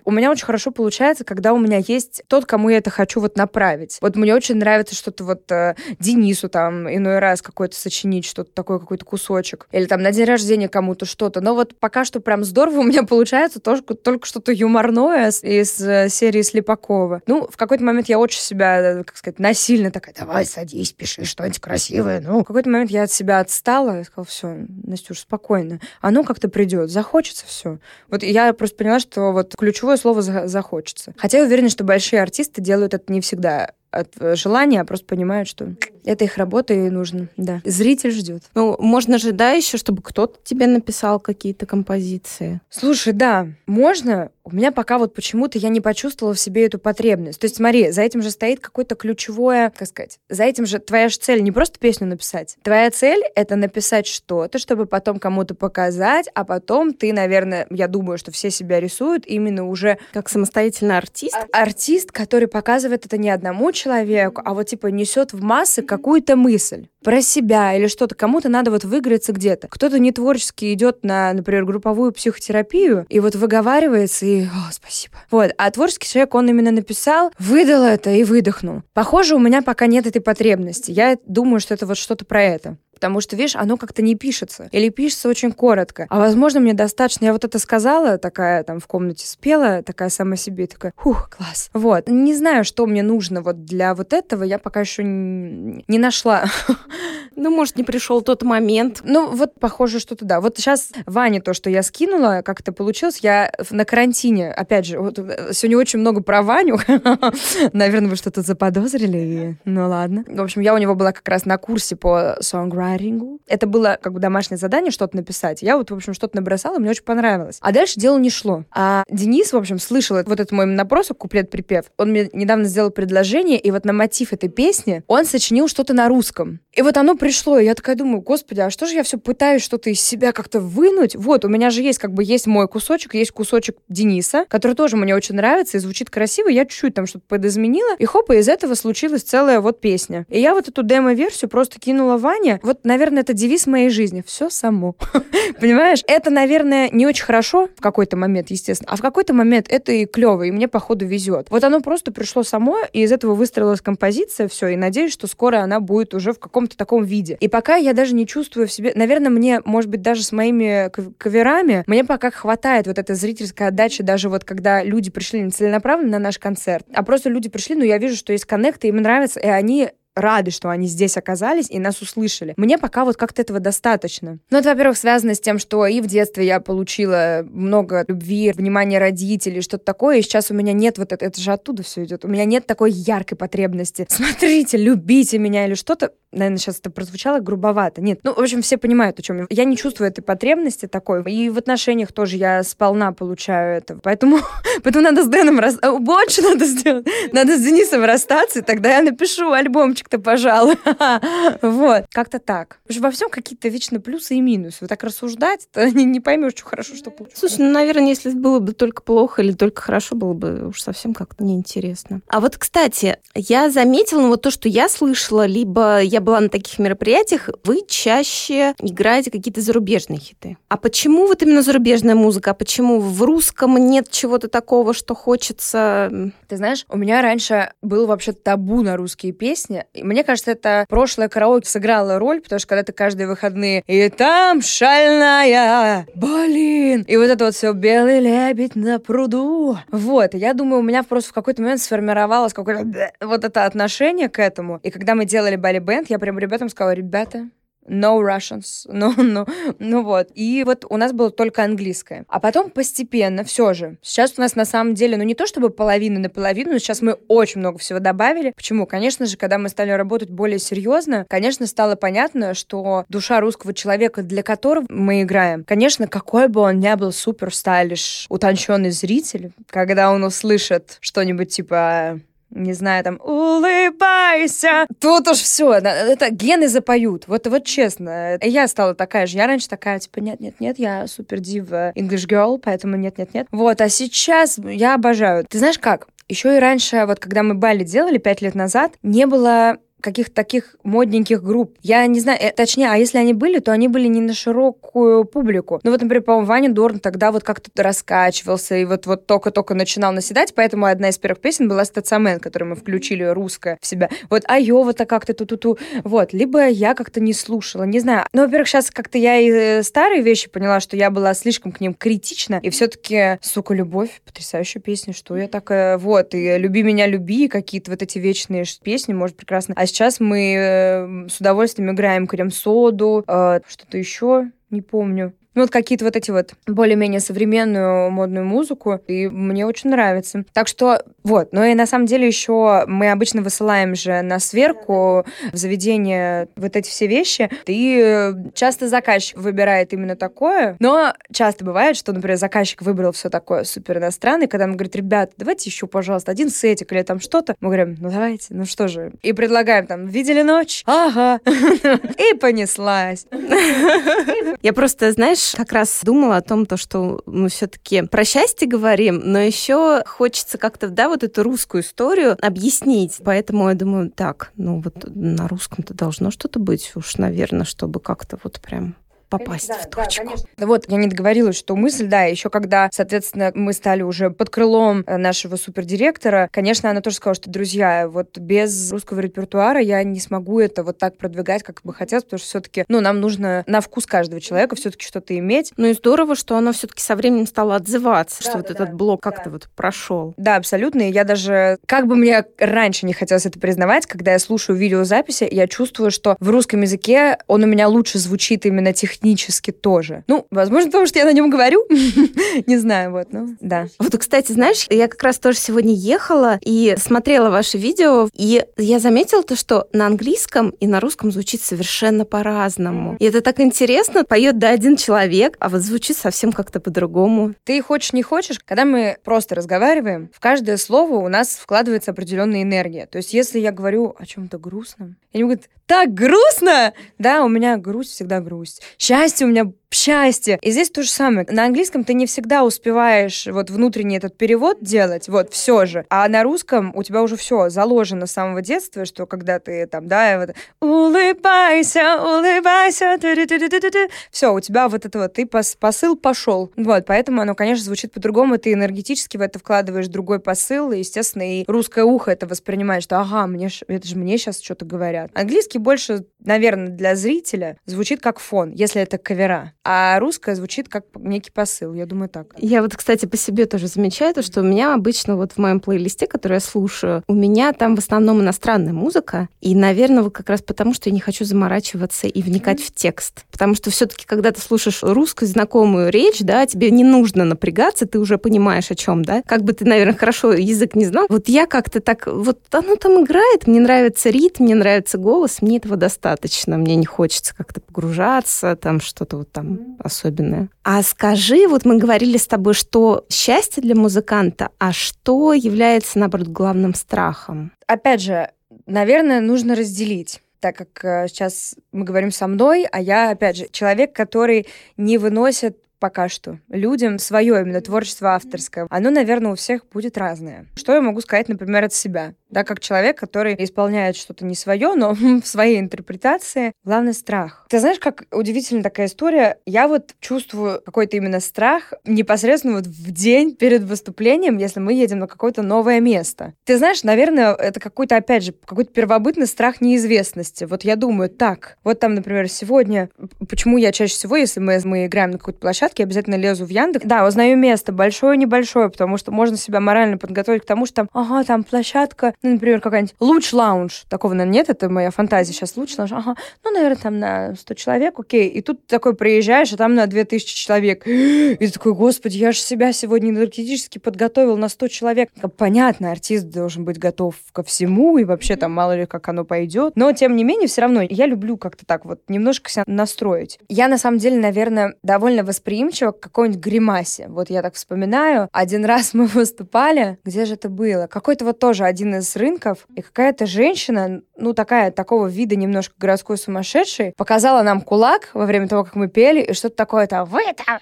у меня очень хорошо получается, когда у меня есть тот, кому я это хочу вот направить. Вот мне очень нравится что-то вот э, Денису там иной раз какой-то сочинить, что-то такое, какой-то кусочек. Или там на день рождения кому-то что-то. Но вот пока что прям здорово у меня получается только, только что-то юморное из э, серии Слепакова. Ну, в какой-то момент я очень себя, как сказать, насильно такая: давай, садись, пиши что-нибудь красивое. Ну, в какой-то момент я от себя отстала и сказала: все, Настюш, спокойно. Оно как-то придет, захочется, все. Вот я просто поняла, что вот ключевое слово «захочется». Хотя я уверена, что большие артисты делают это не всегда от желания, а просто понимают, что это их работа и нужно. Да. Зритель ждет. Ну, можно же, да, еще, чтобы кто-то тебе написал какие-то композиции. Слушай, да, можно. У меня пока вот почему-то я не почувствовала в себе эту потребность. То есть, смотри, за этим же стоит какое-то ключевое, как сказать, за этим же твоя же цель не просто песню написать. Твоя цель — это написать что-то, чтобы потом кому-то показать, а потом ты, наверное, я думаю, что все себя рисуют именно уже как самостоятельный артист. Артист, который показывает это не одному человеку, а вот типа несет в массы какую-то мысль про себя или что-то. Кому-то надо вот выиграться где-то. Кто-то не творчески идет на, например, групповую психотерапию и вот выговаривается и «О, спасибо». Вот. А творческий человек, он именно написал, выдал это и выдохнул. Похоже, у меня пока нет этой потребности. Я думаю, что это вот что-то про это. Потому что, видишь, оно как-то не пишется. Или пишется очень коротко. А, возможно, мне достаточно... Я вот это сказала, такая там в комнате спела, такая сама себе, такая, хух, класс. Вот. Не знаю, что мне нужно вот для вот этого, я пока еще не, не нашла. Ну, может, не пришел тот момент. Ну, вот похоже, что-то да. Вот сейчас Ване то, что я скинула, как это получилось, я на карантине, опять же, вот, сегодня очень много про Ваню. Наверное, вы что-то заподозрили. Ну, ладно. В общем, я у него была как раз на курсе по songwriting. Это было как бы домашнее задание, что-то написать. Я вот, в общем, что-то набросала, мне очень понравилось. А дальше дело не шло. А Денис, в общем, слышал вот этот мой набросок, куплет-припев. Он мне недавно сделал предложение, и вот на мотив этой песни он сочинил что-то на русском. И вот оно пришло, и я такая думаю: господи, а что же я все пытаюсь что-то из себя как-то вынуть? Вот, у меня же есть как бы есть мой кусочек, есть кусочек Дениса, который тоже мне очень нравится и звучит красиво. Я чуть-чуть там что-то подизменила, и хоп, и из этого случилась целая вот песня. И я вот эту демо-версию просто кинула Ване. Вот, наверное, это девиз моей жизни. Все само. Понимаешь? Это, наверное, не очень хорошо в какой-то момент, естественно, а в какой-то момент это и клево, и мне, походу, везет. Вот оно просто пришло само, и из этого выстроилась композиция, все, и надеюсь, что скоро она будет уже в каком-то таком виде. И пока я даже не чувствую в себе... Наверное, мне, может быть, даже с моими каверами, мне пока хватает вот этой зрительской отдачи, даже вот когда люди пришли не целенаправленно на наш концерт, а просто люди пришли, но я вижу, что есть коннекты, им нравится, и они рады, что они здесь оказались и нас услышали. Мне пока вот как-то этого достаточно. Ну, это, во-первых, связано с тем, что и в детстве я получила много любви, внимания родителей, что-то такое, и сейчас у меня нет вот это, это же оттуда все идет. У меня нет такой яркой потребности. Смотрите, любите меня или что-то. Наверное, сейчас это прозвучало грубовато. Нет. Ну, в общем, все понимают, о чем я. Я не чувствую этой потребности такой. И в отношениях тоже я сполна получаю это. Поэтому, поэтому надо с Дэном рас... больше надо сделать. Надо с Денисом расстаться, и тогда я напишу альбомчик-то, пожалуй. Вот. Как-то так. Потому что во всем какие-то вечно плюсы и минусы. Вот так рассуждать, то не, не поймешь, что хорошо, что плохо. Слушай, ну, наверное, если было бы только плохо или только хорошо, было бы уж совсем как-то неинтересно. А вот, кстати, я заметила, ну, вот то, что я слышала, либо я была на таких мероприятиях, вы чаще играете какие-то зарубежные хиты. А почему вот именно зарубежная музыка? А почему в русском нет чего-то такого, что хочется? Ты знаешь, у меня раньше был вообще табу на русские песни. И мне кажется, это прошлое караоке сыграло роль, потому что когда ты каждые выходные «И там шальная, блин!» И вот это вот все «Белый лебедь на пруду». Вот, и я думаю, у меня просто в какой-то момент сформировалось какое-то вот это отношение к этому. И когда мы делали Бали-бенд, я прям ребятам сказала: ребята, no Russians, no, no, ну вот. И вот у нас было только английское. А потом постепенно, все же, сейчас у нас на самом деле, ну не то чтобы половина на половину, но сейчас мы очень много всего добавили. Почему? Конечно же, когда мы стали работать более серьезно, конечно, стало понятно, что душа русского человека, для которого мы играем, конечно, какой бы он ни был супер стайлиш, утонченный зритель, когда он услышит что-нибудь типа... не знаю, там, улыбайся. Тут уж все, это гены запоют. Вот, вот честно, я стала такая же. Я раньше такая, типа, нет-нет-нет, я супер дива English girl, поэтому нет-нет-нет. Вот, а сейчас я обожаю. Ты знаешь как? Еще и раньше, вот когда мы Бали делали пять лет назад, не было каких-то таких модненьких групп. Я не знаю, э, точнее, а если они были, то они были не на широкую публику. Ну вот, например, по-моему, Ваня Дорн тогда вот как-то раскачивался и вот, вот только-только начинал наседать, поэтому одна из первых песен была «Стационмен», которую мы включили русское в себя. Вот Айова-то как-то ту-ту-ту. Вот. Либо я как-то не слушала, не знаю. Ну, во-первых, сейчас как-то я и старые вещи поняла, что я была слишком к ним критична, и все-таки, сука, любовь, потрясающая песня, что я такая, вот, и «Люби меня, люби», какие-то вот эти вечные песни, может, прекрасно. А сейчас мы э, с удовольствием играем крем-соду, э, что-то еще, не помню. Ну, вот какие-то вот эти вот более-менее современную модную музыку, и мне очень нравится. Так что вот. Ну и на самом деле еще мы обычно высылаем же на сверку в заведение вот эти все вещи, и часто заказчик выбирает именно такое, но часто бывает, что, например, заказчик выбрал все такое супер иностранное, когда он говорит: ребят, давайте еще, пожалуйста, один сетик или там что-то. Мы говорим: ну давайте, ну что же. И предлагаем там: видели ночь? Ага. И понеслась. Я просто, знаешь, как раз думала о том, то, что мы все-таки про счастье говорим, но еще хочется как-то, да, вот эту русскую историю объяснить. Поэтому я думаю, так, ну вот на русском-то должно что-то быть уж, наверное, чтобы как-то вот прям попасть конечно, в точку. Да, конечно. Да, вот, я не договорилась, что мысль, да, еще когда, соответственно, мы стали уже под крылом нашего супердиректора, конечно, она тоже сказала, что, друзья, вот без русского репертуара я не смогу это вот так продвигать, как бы хотелось, потому что все-таки, ну, нам нужно на вкус каждого человека все-таки что-то иметь. Ну и здорово, что оно все-таки со временем стало отзываться, Да, что да, вот да, этот блок да. как-то вот прошел. Да, абсолютно. И я даже, как бы мне раньше не хотелось это признавать, когда я слушаю видеозаписи, я чувствую, что в русском языке он у меня лучше звучит именно технически тоже. Ну, возможно, потому что я на нем говорю. Не знаю, вот, ну, да. Вот, кстати, знаешь, я как раз тоже сегодня ехала и смотрела ваши видео, и я заметила то, что на английском и на русском звучит совершенно по-разному. И это так интересно. Поет, да, один человек, а вот звучит совсем как-то по-другому. Ты хочешь, не хочешь, когда мы просто разговариваем, в каждое слово у нас вкладывается определенная энергия. То есть, если я говорю о чем-то грустном, они говорят: так грустно! Да, у меня грусть всегда грусть. Счастье у меня счастье. И здесь то же самое. На английском ты не всегда успеваешь вот внутренний этот перевод делать, вот, все же. А на русском у тебя уже все заложено с самого детства, что когда ты там, да, вот, улыбайся, улыбайся, все, у тебя вот это вот, ты пос, посыл пошел. Вот, поэтому оно, конечно, звучит по-другому, ты энергетически в это вкладываешь другой посыл, и, естественно, и русское ухо это воспринимает, что ага, мне ж, это же мне сейчас что-то говорят. Английский больше, наверное, для зрителя звучит как фон, если это кавера. А русское звучит как некий посыл. Я думаю, так. Я вот, кстати, по себе тоже замечаю, то, что у меня обычно вот в моем плейлисте, который я слушаю, у меня там в основном иностранная музыка. И, наверное, вот как раз потому, что я не хочу заморачиваться и вникать mm-hmm. в текст. Потому что все-таки, когда ты слушаешь русскую знакомую речь, да, тебе не нужно напрягаться, ты уже понимаешь, о чем, да. Как бы ты, наверное, хорошо язык не знал. Вот я как-то так, вот оно там играет, мне нравится ритм, мне нравится голос, мне этого достаточно. Мне не хочется как-то погружаться, там что-то вот там особенное. А скажи, вот мы говорили с тобой, что счастье для музыканта, а что является, наоборот, главным страхом? Опять же, наверное, нужно разделить. Так как э, сейчас мы говорим со мной, а я, опять же, человек, который не выносит пока что людям свое именно творчество авторское. Оно, наверное, у всех будет разное. Что я могу сказать, например, от себя? Да, как человек, который исполняет что-то не свое, но в своей интерпретации. Главный страх. Ты знаешь, как удивительная такая история. Я вот чувствую какой-то именно страх непосредственно вот в день перед выступлением, если мы едем на какое-то новое место. Ты знаешь, наверное, это какой-то, опять же, какой-то первобытный страх неизвестности. Вот я думаю, так, вот там, например, сегодня, почему я чаще всего, если мы, мы играем на какой-то площадке, я обязательно лезу в Яндекс. Да, узнаю место, большое-небольшое, потому что можно себя морально подготовить к тому, что там, ага, там площадка, ну, например, какая-нибудь луч-лаунж. Такого, наверное, нет, это моя фантазия сейчас. Луч-лаунж, ага, ну, наверное, там на сто человек, окей. И тут такой приезжаешь, а там на две тысячи человек. И ты такой: господи, я же себя сегодня энергетически подготовил на сто человек. Понятно, артист должен быть готов ко всему, и вообще там мало ли как оно пойдет. Но, тем не менее, все равно я люблю как-то так вот немножко себя настроить. Я, на самом деле, наверное, довольно восприимчива к какой-нибудь гримасе. Вот я так вспоминаю, один раз мы выступали, где же это было? Какой-то вот тоже один из с рынков, и какая-то женщина, ну, такая, такого вида немножко городской сумасшедшей, показала нам кулак во время того, как мы пели, и что-то такое там, вы там...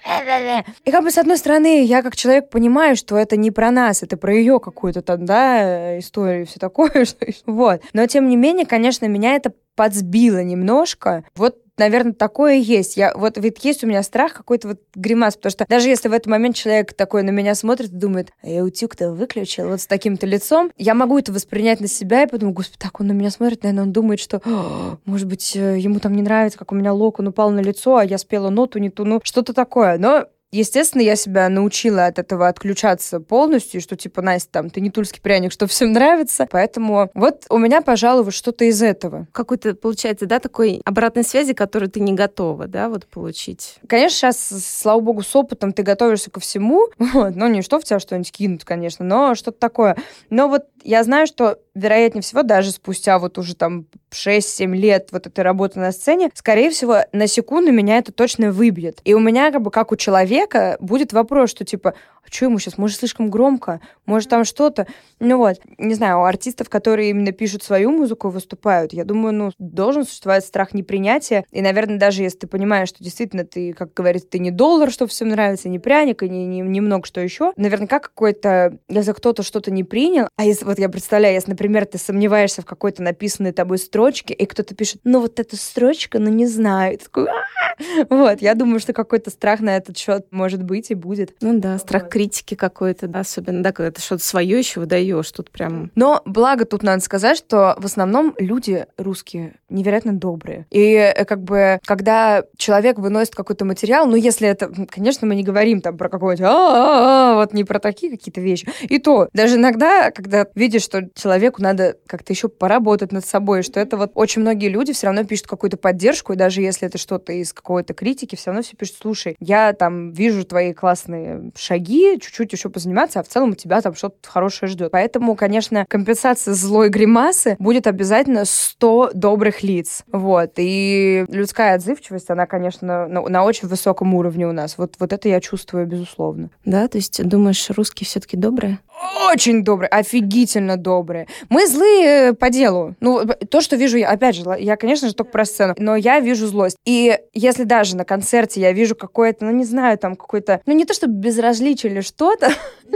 И как бы, с одной стороны, я как человек понимаю, что это не про нас, это про ее какую-то там, да, историю и все такое, вот. Но, тем не менее, конечно, меня это подсбило немножко. Вот, наверное, такое есть. Я, вот ведь есть у меня страх, какой-то вот гримас, потому что даже если в этот момент человек такой на меня смотрит и думает, а я утюг-то выключил, вот с таким-то лицом, я могу это воспринять на себя и подумать, господи, так он на меня смотрит, наверное, он думает, что, может быть, ему там не нравится, как у меня локон упал на лицо, а я спела ноту не ту, ну, что-то такое. Но естественно, я себя научила от этого отключаться полностью, что типа, Настя, там, ты не тульский пряник, что всем нравится. Поэтому вот у меня, пожалуй, вот что-то из этого. Какой-то, получается, да, такой обратной связи, которую ты не готова, да, вот получить. Конечно, сейчас, слава богу, с опытом ты готовишься ко всему. Вот, ну, не что в тебя что-нибудь кинут, конечно, но что-то такое. Но вот я знаю, что, вероятнее всего, даже спустя вот уже там шесть-семь лет вот этой работы на сцене, скорее всего, на секунду меня это точно выбьет. И у меня, как бы, как у человека, будет вопрос, что типа, а что ему сейчас? Может, слишком громко? Может, там что-то? Ну вот, не знаю, у артистов, которые именно пишут свою музыку, выступают, я думаю, ну, должен существовать страх непринятия. И, наверное, даже если ты понимаешь, что действительно ты, как говорится, ты не доллар, что всем нравится, не пряник, и не, не, не много что еще, наверняка какой-то, если кто-то что-то не принял, а если, вот я представляю, если, например, ты сомневаешься в какой-то написанной тобой строчке, и кто-то пишет, ну, вот эта строчка, ну, не знаю. И ты такой, вот, я думаю, что какой-то страх на этот счет может быть и будет. Ну да, страх критики какой-то, да, особенно, да, когда ты что-то свое еще выдаешь, тут прям... Но благо тут надо сказать, что в основном люди русские невероятно добрые. И как бы, когда человек выносит какой-то материал, ну, если это, конечно, мы не говорим там про какой-то, а-а-а, вот не про такие какие-то вещи. И то, даже иногда, когда видишь, что человеку надо как-то еще поработать над собой, что это вот очень многие люди все равно пишут какую-то поддержку, и даже если это что-то из какой-то критики, все равно все пишут, слушай, я там вижу твои классные шаги, чуть-чуть еще позаниматься, а в целом у тебя там что-то хорошее ждет. Поэтому, конечно, компенсация злой гримасы будет обязательно сто добрых лиц. Вот. И людская отзывчивость, она, конечно, на, на очень высоком уровне у нас. Вот, вот это я чувствую, безусловно. Да, то есть думаешь, русские все-таки добрые? Очень добрые, офигительно добрые. Мы злые по делу. Ну, то, что вижу я, опять же, я, конечно же, только про сцену, но я вижу злость. И если даже на концерте я вижу какое-то, ну, не знаю, там, какое-то, ну, не то чтобы безразличие или что-то,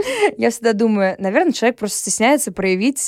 я всегда думаю, наверное, человек просто стесняется проявить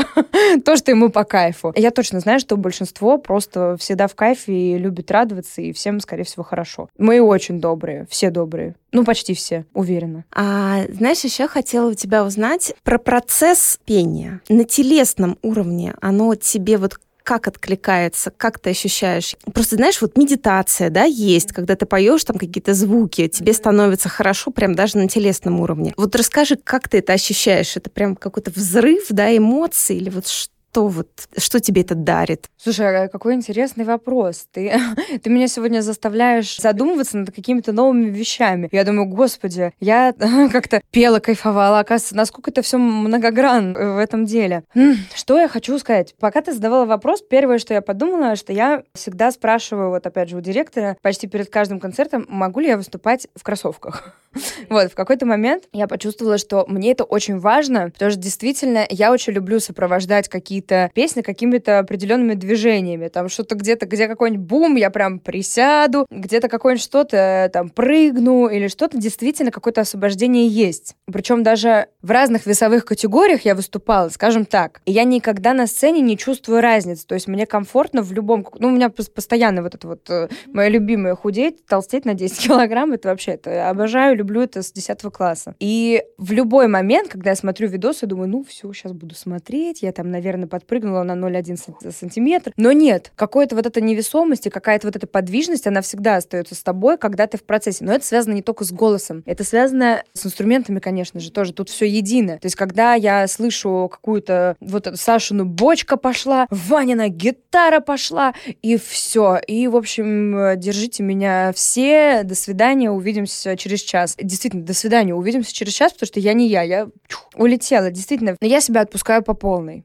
то, что ему по кайфу. Я точно знаю, что большинство просто всегда в кайфе и любит радоваться, и всем, скорее всего, хорошо. Мы очень добрые, все добрые. Ну, почти все, уверена. А, знаешь, еще хотела у тебя узнать про процесс пения. На телесном уровне оно тебе вот как откликается, как ты ощущаешь? Просто, знаешь, вот медитация, да, есть, когда ты поешь там какие-то звуки, тебе становится хорошо прям даже на телесном уровне. Вот расскажи, как ты это ощущаешь? Это прям какой-то взрыв, да, эмоций или вот что? Что, вот, что тебе это дарит? Слушай, какой интересный вопрос. Ты, ты меня сегодня заставляешь задумываться над какими-то новыми вещами. Я думаю, господи, я как-то пела, кайфовала. Оказывается, насколько это все многогранно в этом деле. Что я хочу сказать? Пока ты задавала вопрос, первое, что я подумала, что я всегда спрашиваю, вот опять же, у директора, почти перед каждым концертом, могу ли я выступать в кроссовках? Вот, в какой-то момент я почувствовала, что мне это очень важно, потому что действительно я очень люблю сопровождать какие-то песни какими-то определенными движениями. Там что-то где-то, где какой-нибудь бум, я прям присяду, где-то какое-нибудь что-то там прыгну, или что-то действительно, какое-то освобождение есть. Причем даже в разных весовых категориях я выступала, скажем так. И я никогда на сцене не чувствую разницы. То есть мне комфортно в любом... Ну, у меня постоянно вот это вот э, мое любимое худеть, толстеть на десять килограмм, это вообще, это обожаю, люблю люблю это с десятого класса. И в любой момент, когда я смотрю видосы, думаю, ну все, сейчас буду смотреть, я там, наверное, подпрыгнула на ноль целых один сантиметр. Но нет, какая-то вот эта невесомость и какая-то вот эта подвижность, она всегда остается с тобой, когда ты в процессе. Но это связано не только с голосом, это связано с инструментами, конечно же, тоже. Тут все едино. То есть, когда я слышу какую-то вот эту Сашину бочка пошла, Ванина гитара пошла, и все. И, в общем, держите меня все. До свидания, увидимся через час. Действительно, до свидания, увидимся через час, потому что я не я, я улетела, действительно. Но я себя отпускаю по полной. Конечно,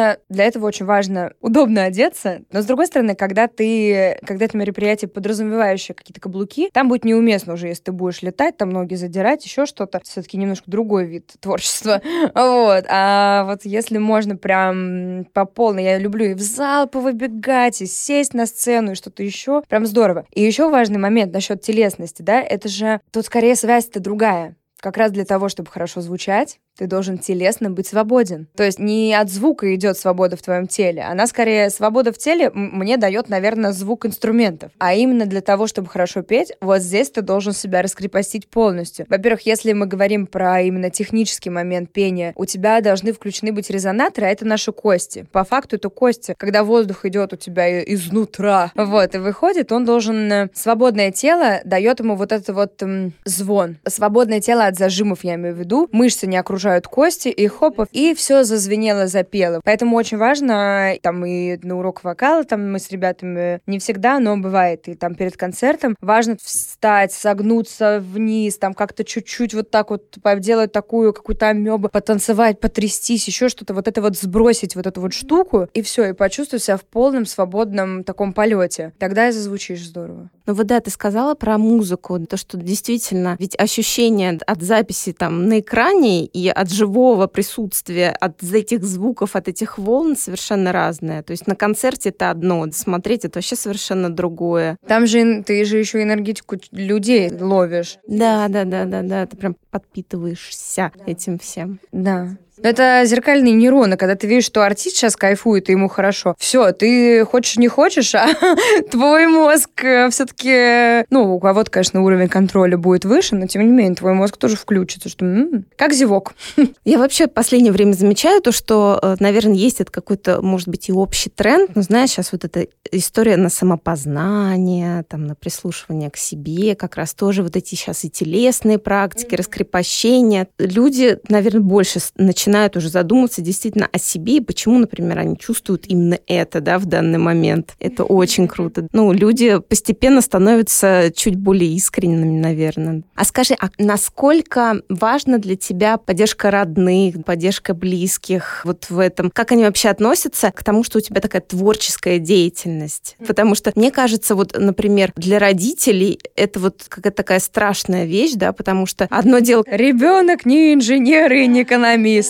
конечно, для этого очень важно удобно одеться, но, с другой стороны, когда ты, когда это мероприятие, подразумевающее какие-то каблуки, там будет неуместно уже, если ты будешь летать, там ноги задирать, еще что-то. Все-таки немножко другой вид творчества. Вот. А вот если можно прям по полной, я люблю и в зал повыбегать, и сесть на сцену, и что-то еще, прям здорово. И еще важный момент насчет телесности, да, это же тут скорее связь-то другая. Как раз для того, чтобы хорошо звучать, ты должен телесно быть свободен. То есть не от звука идет свобода в твоем теле, она скорее свобода в теле мне дает, наверное, звук инструментов. А именно для того, чтобы хорошо петь, вот здесь ты должен себя раскрепостить полностью. Во-первых, если мы говорим про именно технический момент пения, у тебя должны включены быть резонаторы, а это наши кости. По факту это кости. Когда воздух идет у тебя изнутра, вот, и выходит, он должен... Свободное тело дает ему вот этот вот м, звон. Свободное тело от зажимов, я имею в виду. Мышцы не окружают кости, и хопов, и все зазвенело, запело. Поэтому очень важно, там и на урок вокала, там мы с ребятами не всегда, но бывает, и там перед концертом важно встать, согнуться вниз, там как-то чуть-чуть вот так вот делать такую какую-то амебу, потанцевать, потрястись, еще что-то, вот это вот сбросить, вот эту вот штуку, и все, и почувствовать себя в полном свободном таком полете. Тогда и зазвучишь здорово. Ну вот да, ты сказала про музыку, то, что действительно, ведь ощущение от записи там на экране и от живого присутствия, от этих звуков, от этих волн совершенно разное. То есть на концерте это одно, смотреть это вообще совершенно другое. Там же ты же еще энергетику людей ловишь. Да, да, да, да, да, ты прям подпитываешься этим всем. Да. Это зеркальные нейроны, когда ты видишь, что артист сейчас кайфует, и ему хорошо. Все, ты хочешь не хочешь, а твой мозг все-таки... Ну, у кого-то, конечно, уровень контроля будет выше, но тем не менее твой мозг тоже включится, что м-м, как зевок. Я вообще в последнее время замечаю то, что, наверное, есть это какой-то, может быть, и общий тренд, но, знаешь, сейчас вот эта история на самопознание, там, на прислушивание к себе, как раз тоже вот эти сейчас и телесные практики, раскрепощения. Люди, наверное, больше начинают начинают уже задумываться действительно о себе и почему, например, они чувствуют именно это, да, в данный момент. Это очень круто. Ну, люди постепенно становятся чуть более искренними, наверное. А скажи, а насколько важна для тебя поддержка родных, поддержка близких вот в этом? Как они вообще относятся к тому, что у тебя такая творческая деятельность? Потому что, мне кажется, вот, например, для родителей это вот какая-то такая страшная вещь, да, потому что одно дело... Ребенок не инженер и не экономист.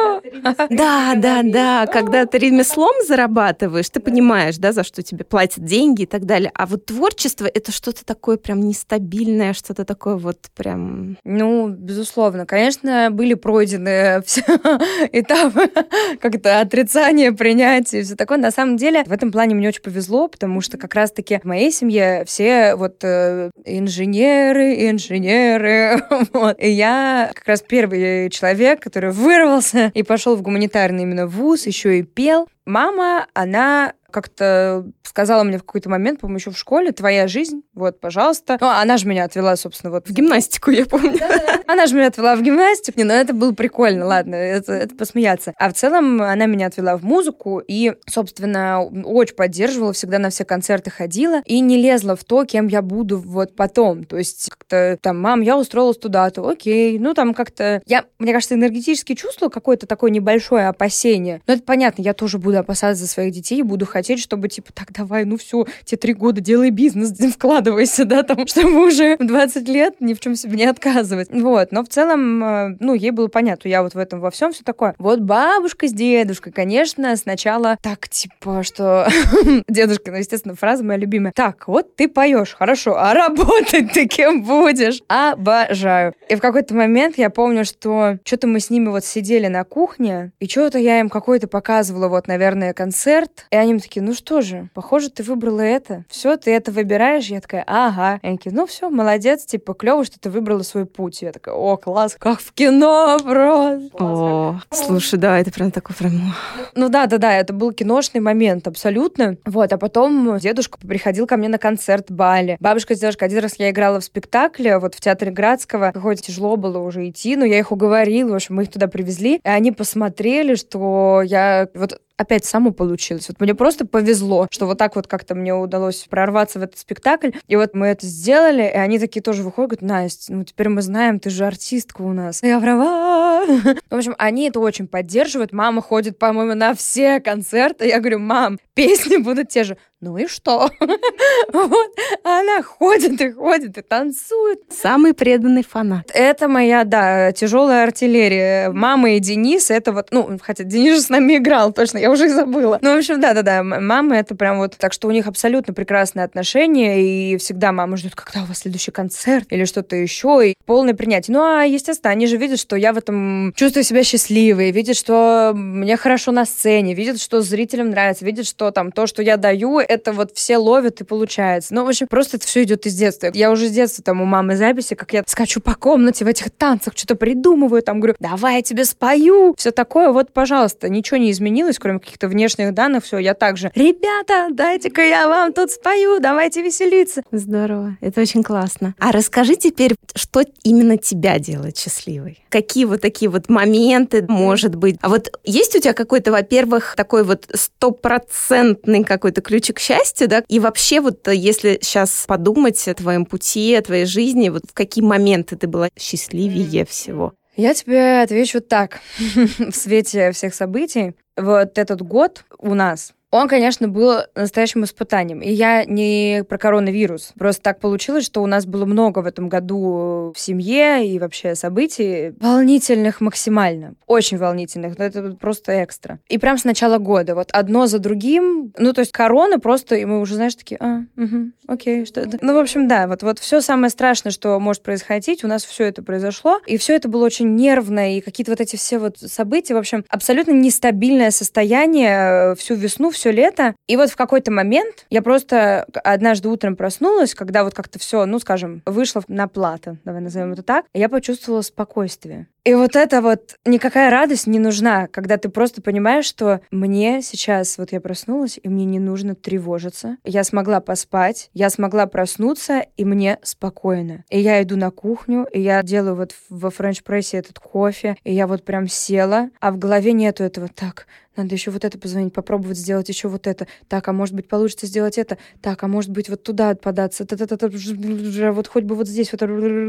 Да, да, да. Когда ты ремеслом зарабатываешь, ты понимаешь, да, за что тебе платят деньги и так далее. А вот творчество — это что-то такое прям нестабильное, что-то такое вот прям... Ну, безусловно. Конечно, были пройдены все этапы как-то отрицания, принятия и все такое. На самом деле, в этом плане мне очень повезло, потому что как раз-таки в моей семье все вот э, инженеры, инженеры. Вот. И я как раз первый человек, который вырвался и пошел в гуманитарный именно вуз, еще и пел. Мама, она как-то сказала мне в какой-то момент, по-моему, еще в школе, твоя жизнь, вот, пожалуйста. Ну, она же меня отвела, собственно, вот... В гимнастику, я помню. Она же меня отвела в гимнастику. Не, ну это было прикольно, ладно, это, это посмеяться. А в целом она меня отвела в музыку и, собственно, очень поддерживала, всегда на все концерты ходила и не лезла в то, кем я буду вот потом. То есть как-то там, мам, я устроилась туда-то, окей. Ну, там как-то... Я, мне кажется, энергетически чувствовала какое-то такое небольшое опасение. Но это понятно, я тоже буду опасаться за своих детей и буду хотеть, чтобы, типа, так, давай, ну все, те три года делай бизнес, вкладывайся, да, там, чтобы уже в двадцать лет ни в чем себе не отказывать. Вот, но в целом, ну, ей было понятно, я вот в этом во всем все такое. Вот бабушка с дедушкой, конечно, сначала так, типа, что... Дедушка, ну, естественно, фраза моя любимая. Так, вот ты поешь, хорошо, а работать ты кем будешь? Обожаю. И в какой-то момент я помню, что что-то мы с ними вот сидели на кухне, и что-то я им какой-то показывала, вот, наверное, концерт, и они такие, ну что же, похоже, ты выбрала это. Все, ты это выбираешь. Я такая, ага. И они такие, ну все, молодец, типа, клево, что ты выбрала свой путь. Я такая, о, класс, как в кино просто. О, слушай, да, это прям такой прям... Ну да, да, да, это был киношный момент, абсолютно. Вот, а потом дедушка приходил ко мне на концерт Бали. Бабушка с дедушкой, один раз я играла в спектакле, вот в Театре Градского. Какое-то тяжело было уже идти, но я их уговорила, в общем, мы их туда привезли, и они посмотрели, что я... Вот опять само получилось. Вот мне просто повезло, что вот так вот как-то мне удалось прорваться в этот спектакль. И вот мы это сделали, и они такие тоже выходят, говорят: Настя, ну теперь мы знаем, ты же артистка у нас. Я права. В общем, они это очень поддерживают. Мама ходит, по-моему, на все концерты. Я говорю: мам, песни будут те же. Ну и что? Вот. Она ходит и ходит, и танцует. Самый преданный фанат. Это моя, да, тяжелая артиллерия. Мама и Денис, это вот, ну, хотя Денис же с нами играл, точно, я уже и забыла. Ну, в общем, да-да-да, мама это прям вот... Так что у них абсолютно прекрасные отношения, и всегда мама ждет, когда у вас следующий концерт или что-то еще, и полное принятие. Ну, а, естественно, они же видят, что я в этом чувствую себя счастливой, видят, что мне хорошо на сцене, видят, что зрителям нравится, видят, что там то, что я даю, это вот все ловят и получается. Ну, в общем, просто это все идет из детства. Я уже с детства там у мамы записи, как я скачу по комнате в этих танцах, что-то придумываю, там говорю: давай я тебе спою, все такое. Вот, пожалуйста, ничего не изменилось, кроме каких-то внешних данных, все, я также: ребята, дайте-ка я вам тут спою, давайте веселиться. Здорово, это очень классно. А расскажи теперь, что именно тебя делает счастливой? Какие вот такие вот моменты, может быть? А вот есть у тебя какой-то, во-первых, такой вот стопроцентный какой-то ключик счастья, да? И вообще вот если сейчас подумать о твоем пути, о твоей жизни, вот в какие моменты ты была счастливее всего? Я тебе отвечу так. В свете всех событий, вот этот год у нас, он, конечно, был настоящим испытанием. И я не про коронавирус. Просто так получилось, что у нас было много в этом году в семье и вообще событий волнительных максимально. Очень волнительных. Но это просто экстра. И прям с начала года. Вот одно за другим. Ну, то есть корона просто, и мы уже, знаешь, такие: а, угу, окей, что это? Ну, в общем, да, вот, вот все самое страшное, что может происходить, у нас все это произошло. И все это было очень нервно. И какие-то вот эти все вот события, в общем, абсолютно нестабильное состояние всю весну, все лето. И вот в какой-то момент я просто однажды утром проснулась, когда вот как-то все, ну, скажем, вышло на плато, давай назовем это так, и я почувствовала спокойствие. И вот это вот никакая радость не нужна, когда ты просто понимаешь, что мне сейчас, вот я проснулась, и мне не нужно тревожиться. Я смогла поспать, я смогла проснуться, и мне спокойно. И я иду на кухню, и я делаю вот во френч-прессе этот кофе, и я вот прям села, а в голове нету этого: так, надо еще вот это позвонить, попробовать сделать еще вот это. Так, а может быть, получится сделать это. Так, а может быть, вот туда податься. Вот хоть бы вот здесь вот,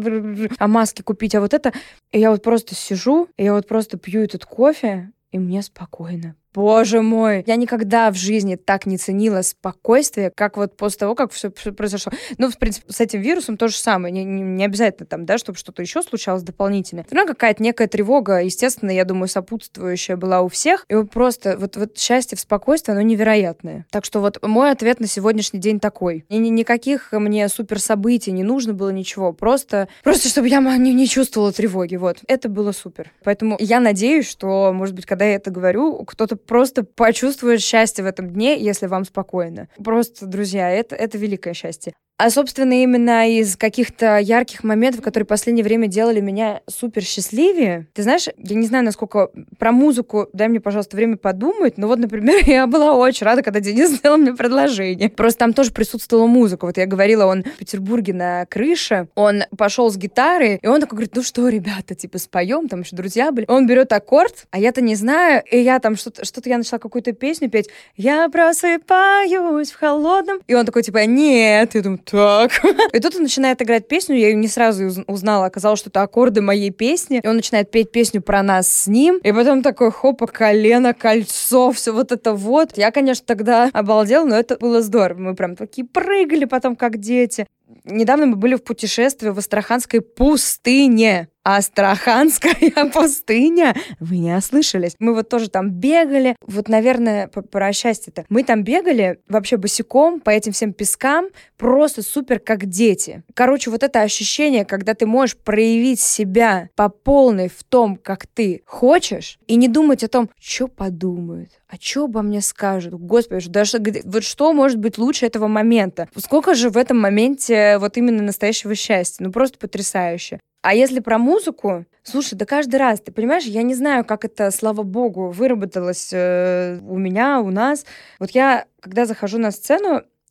а маски купить, а вот это. И я вот просто сижу, и я вот просто пью этот кофе, и мне спокойно. Боже мой, я никогда в жизни так не ценила спокойствие, как вот после того, как все произошло. Ну, в принципе, с этим вирусом то же самое. Не, не, не обязательно там, да, чтобы что-то еще случалось дополнительное. Все равно какая-то некая тревога, естественно, я думаю, сопутствующая была у всех. И вот просто вот, вот счастье в спокойствии, оно невероятное. Так что вот мой ответ на сегодняшний день такой. И никаких мне супер событий не нужно было, ничего. Просто, просто чтобы я не, не чувствовала тревоги. Вот. Это было супер. Поэтому я надеюсь, что, может быть, когда я это говорю, кто-то просто почувствует счастье в этом дне, если вам спокойно. Просто, друзья, это, это великое счастье. А, собственно, именно из каких-то ярких моментов, которые в последнее время делали меня супер счастливее. Ты знаешь, я не знаю, насколько про музыку, дай мне, пожалуйста, время подумать, но вот, например, я была очень рада, когда Денис сделал мне предложение. Просто там тоже присутствовала музыка. Вот я говорила, он в Петербурге на крыше, он пошел с гитары, и он такой говорит: ну что, ребята, типа, споем, там еще друзья были. Он берет аккорд, а я-то не знаю, и я там что-то, что-то я начала какую-то песню петь. Я просыпаюсь в холодном. И он такой, типа: нет. Я думаю: так. И тут он начинает играть песню, я ее не сразу узнала, оказалось, что это аккорды моей песни, и он начинает петь песню про нас с ним, и потом такой хопа, колено, кольцо, все вот это вот. Я, конечно, тогда обалдела, но это было здорово. Мы прям такие прыгали потом, как дети. Недавно мы были в путешествии в Астраханской пустыне. Астраханская пустыня. Вы не ослышались. Мы вот тоже там бегали. Вот, наверное, про счастье-то. Мы там бегали вообще босиком по этим всем пескам. Просто супер, как дети. Короче, вот это ощущение, когда ты можешь проявить себя по полной в том, как ты хочешь, и не думать о том, что подумают, а что обо мне скажут. Господи, даже вот что может быть лучше этого момента? Сколько же в этом моменте вот именно настоящего счастья? Ну, просто потрясающе. А если про музыку, слушай, да каждый раз, ты понимаешь, я не знаю, как это, слава богу, выработалось э, у меня, у нас. Вот я, когда захожу на сцену,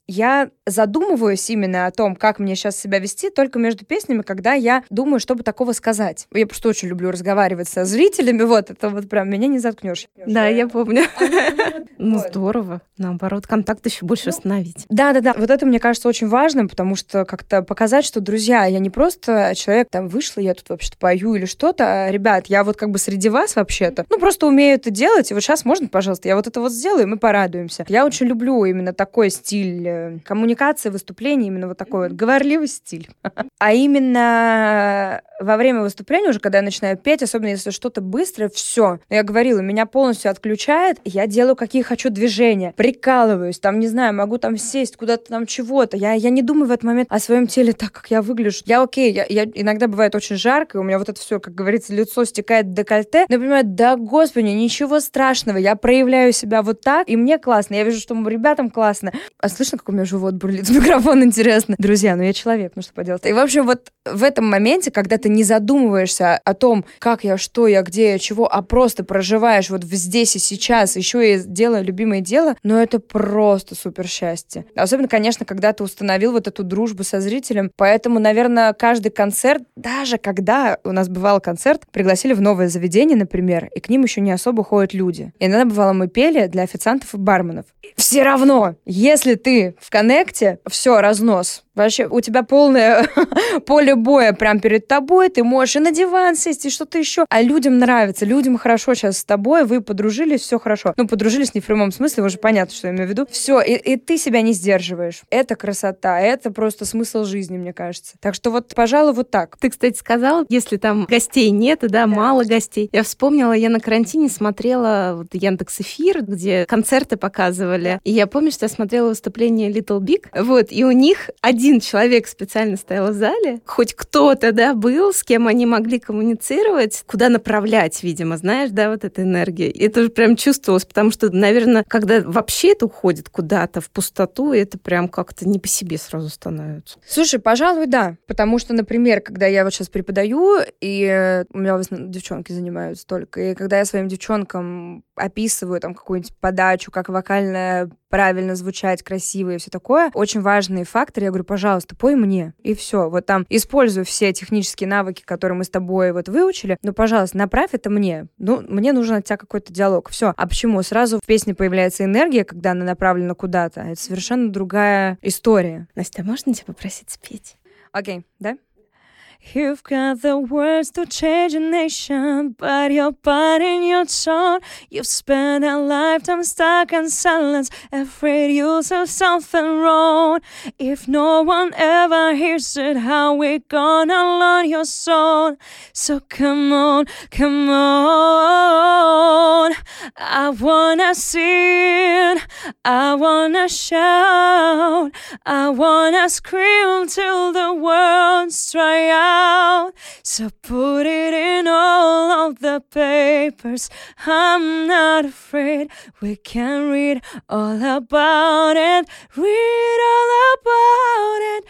я задумываюсь именно о том, как мне сейчас себя вести, только между песнями, когда я думаю, чтобы такого сказать. Я просто очень люблю разговаривать со зрителями, вот, это вот прям меня не заткнешь. Да, я помню. Ну, здорово. Наоборот, контакт еще больше установить. Да-да-да, вот это, мне кажется, очень важно, потому что как-то показать, что, друзья, я не просто человек, там, вышла, я тут вообще-то пою или что-то, а, ребят, я вот как бы среди вас вообще-то, ну, просто умею это делать, и вот сейчас можно, пожалуйста, я вот это вот сделаю, и мы порадуемся. Я очень люблю именно такой стиль коммуникации, выступления, именно вот такой вот говорливый стиль. А именно во время выступления, уже когда я начинаю петь, особенно если что-то быстрое, все. Я говорила, меня полностью отключает, я делаю какие хочу движения, прикалываюсь, там, не знаю, могу там сесть куда-то там чего-то. Я, я не думаю в этот момент о своем теле так, как я выгляжу. Я окей, я, я иногда бывает очень жарко, и у меня вот это все, как говорится, лицо стекает в декольте. Но я понимаю, да господи, ничего страшного, я проявляю себя вот так, и мне классно. Я вижу, что ребятам классно. А слышно, как у меня живот бурлит в микрофон, интересно. Друзья, ну я человек, ну что поделать. И, в общем, вот в этом моменте, когда ты не задумываешься о том, как я, что я, где я, чего, а просто проживаешь вот здесь и сейчас, еще и делая любимое дело, ну это просто супер счастье. Особенно, конечно, когда ты установил вот эту дружбу со зрителем. Поэтому, наверное, каждый концерт, даже когда у нас бывал концерт, пригласили в новое заведение, например, и к ним еще не особо ходят люди. И иногда бывало, мы пели для официантов и барменов. Все равно, если ты в коннекте, все, разнос. Вообще, у тебя полное поле боя прям перед тобой, ты можешь и на диван сесть, и что-то еще. А людям нравится, людям хорошо сейчас с тобой, вы подружились, все хорошо. Ну, подружились не в прямом смысле, уже понятно, что я имею в виду. Все, и, и ты себя не сдерживаешь. Это красота, это просто смысл жизни, мне кажется. Так что вот, пожалуй, вот так. Ты, кстати, сказала, если там гостей нет, да, да, мало гостей. Я вспомнила, я на карантине смотрела вот Яндекс.Эфир, где концерты показывали. И я помню, что я смотрела выступление Little Big, вот, и у них один Один человек специально стоял в зале, хоть кто-то, да, был, с кем они могли коммуницировать, куда направлять, видимо, знаешь, да, вот эта энергия. И это же прям чувствовалось, потому что, наверное, когда вообще это уходит куда-то в пустоту, это прям как-то не по себе сразу становится. Слушай, пожалуй, да, потому что, например, когда я вот сейчас преподаю, и у меня в основном девчонки занимаются только, и когда я своим девчонкам описываю там какую-нибудь подачу, как вокально правильно звучать, красиво и все такое, очень важный фактор, я говорю, пожалуйста, пой мне, и все. Вот там используй все технические навыки, которые мы с тобой вот выучили, но, пожалуйста, направь это мне. Ну, мне нужен от тебя какой-то диалог. Все. А почему? Сразу в песне появляется энергия, когда она направлена куда-то. Это совершенно другая история. Настя, а можно тебя попросить спеть? Окей, okay, да? You've got the words to change a nation, but you're biting your tongue. You've spent a lifetime stuck in silence, afraid you said something wrong. If no one ever hears it, how we gonna learn your song? So come on, come on. I wanna sing, I wanna shout, I wanna scream till the words dry out. So put it in all of the papers. I'm not afraid. We can read all about it. Read all about it.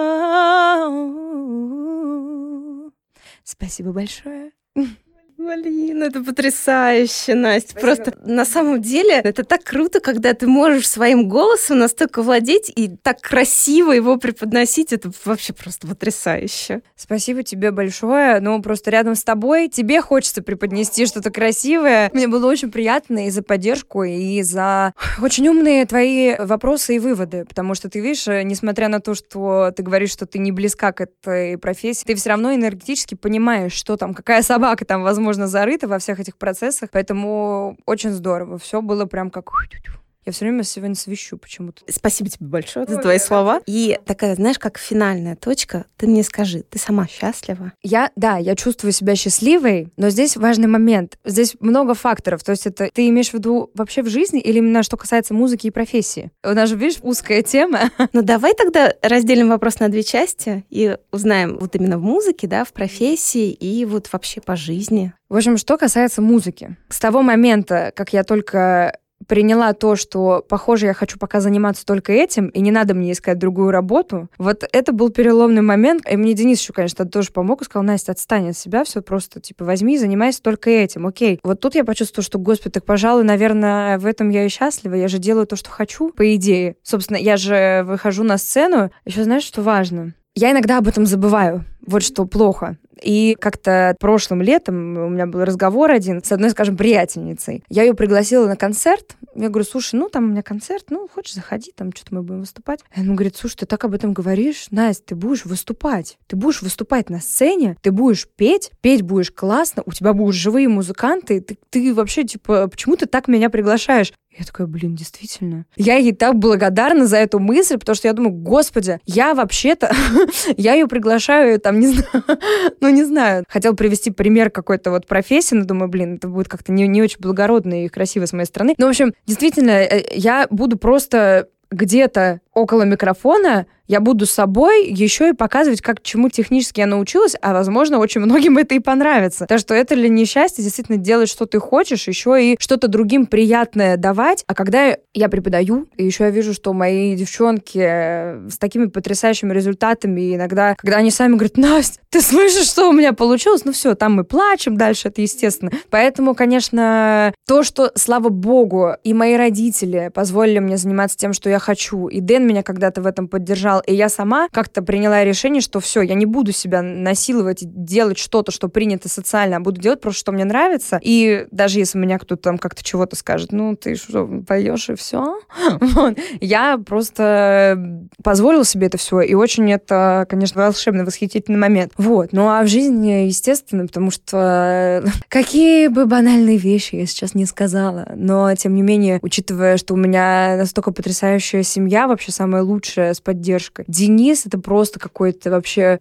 Oh. Спасибо большое. Блин, это потрясающе, Настя. Спасибо. Просто на самом деле это так круто, когда ты можешь своим голосом настолько владеть и так красиво его преподносить. Это вообще просто потрясающе. Спасибо тебе большое. Ну, просто рядом с тобой тебе хочется преподнести что-то красивое. Мне было очень приятно и за поддержку, и за очень умные твои вопросы и выводы. Потому что ты видишь, несмотря на то, что ты говоришь, что ты не близка к этой профессии, ты все равно энергетически понимаешь, что там, какая собака там, возможно, возможно, зарыта во всех этих процессах, поэтому очень здорово. Все было прям как... Я все время сегодня свищу почему-то. Спасибо тебе большое за твои слова. И такая, знаешь, как финальная точка, ты мне скажи, ты сама счастлива? Я, да, я чувствую себя счастливой, но здесь важный момент. Здесь много факторов. То есть это ты имеешь в виду вообще в жизни или именно что касается музыки и профессии? У нас же, видишь, узкая тема. Ну давай тогда разделим вопрос на две части и узнаем вот именно в музыке, да, в профессии и вот вообще по жизни. В общем, что касается музыки. С того момента, как я только приняла то, что, похоже, я хочу пока заниматься только этим, и не надо мне искать другую работу, вот это был переломный момент. И мне Денис еще, конечно, тоже помог и сказал: Настя, отстань от себя, все просто, типа, возьми и занимайся только этим, окей. Вот тут я почувствовала, что, господи, так, пожалуй, наверное, в этом я и счастлива, я же делаю то, что хочу, по идее. Собственно, я же выхожу на сцену. Еще знаешь, что важно? Я иногда об этом забываю. Вот что плохо. И как-то прошлым летом у меня был разговор один с одной, скажем, приятельницей. Я ее пригласила на концерт. Я говорю: слушай, ну там у меня концерт, ну хочешь, заходи, там что-то мы будем выступать. И она говорит: слушай, ты так об этом говоришь, Настя, ты будешь выступать. Ты будешь выступать на сцене, ты будешь петь, петь будешь классно, у тебя будут живые музыканты, ты, ты вообще, типа, почему ты так меня приглашаешь? Я такая: блин, действительно. Я ей так благодарна за эту мысль, потому что я думаю: господи, я вообще-то, я ее приглашаю, там, не знаю, ну, не знаю. Хотела привести пример какой-то вот профессии, но думаю, блин, это будет как-то не, не очень благородно и красиво с моей стороны. Ну, в общем, действительно, я буду просто где-то около микрофона, я буду собой еще и показывать, как чему технически я научилась, а, возможно, очень многим это и понравится. Так что это ли не счастье действительно делать, что ты хочешь, еще и что-то другим приятное давать. А когда я преподаю, и еще я вижу, что мои девчонки с такими потрясающими результатами, и иногда, когда они сами говорят: Настя, ты слышишь, что у меня получилось? Ну все, там мы плачем дальше, это естественно. Поэтому, конечно, то, что, слава богу, и мои родители позволили мне заниматься тем, что я хочу, и Дэн меня когда-то в этом поддержал, и я сама как-то приняла решение, что все, я не буду себя насиловать и делать что-то, что принято социально, а буду делать просто, что мне нравится. И даже если меня кто-то там как-то чего-то скажет: ну, ты что, поешь и все? Вот. Я просто позволила себе это все, и очень это, конечно, волшебный, восхитительный момент. Вот. Ну, а в жизни, естественно, потому что какие бы банальные вещи я сейчас не сказала, но, тем не менее, учитывая, что у меня настолько потрясающая семья, вообще самая лучшая, с поддержкой. Денис — это просто какой-то вообще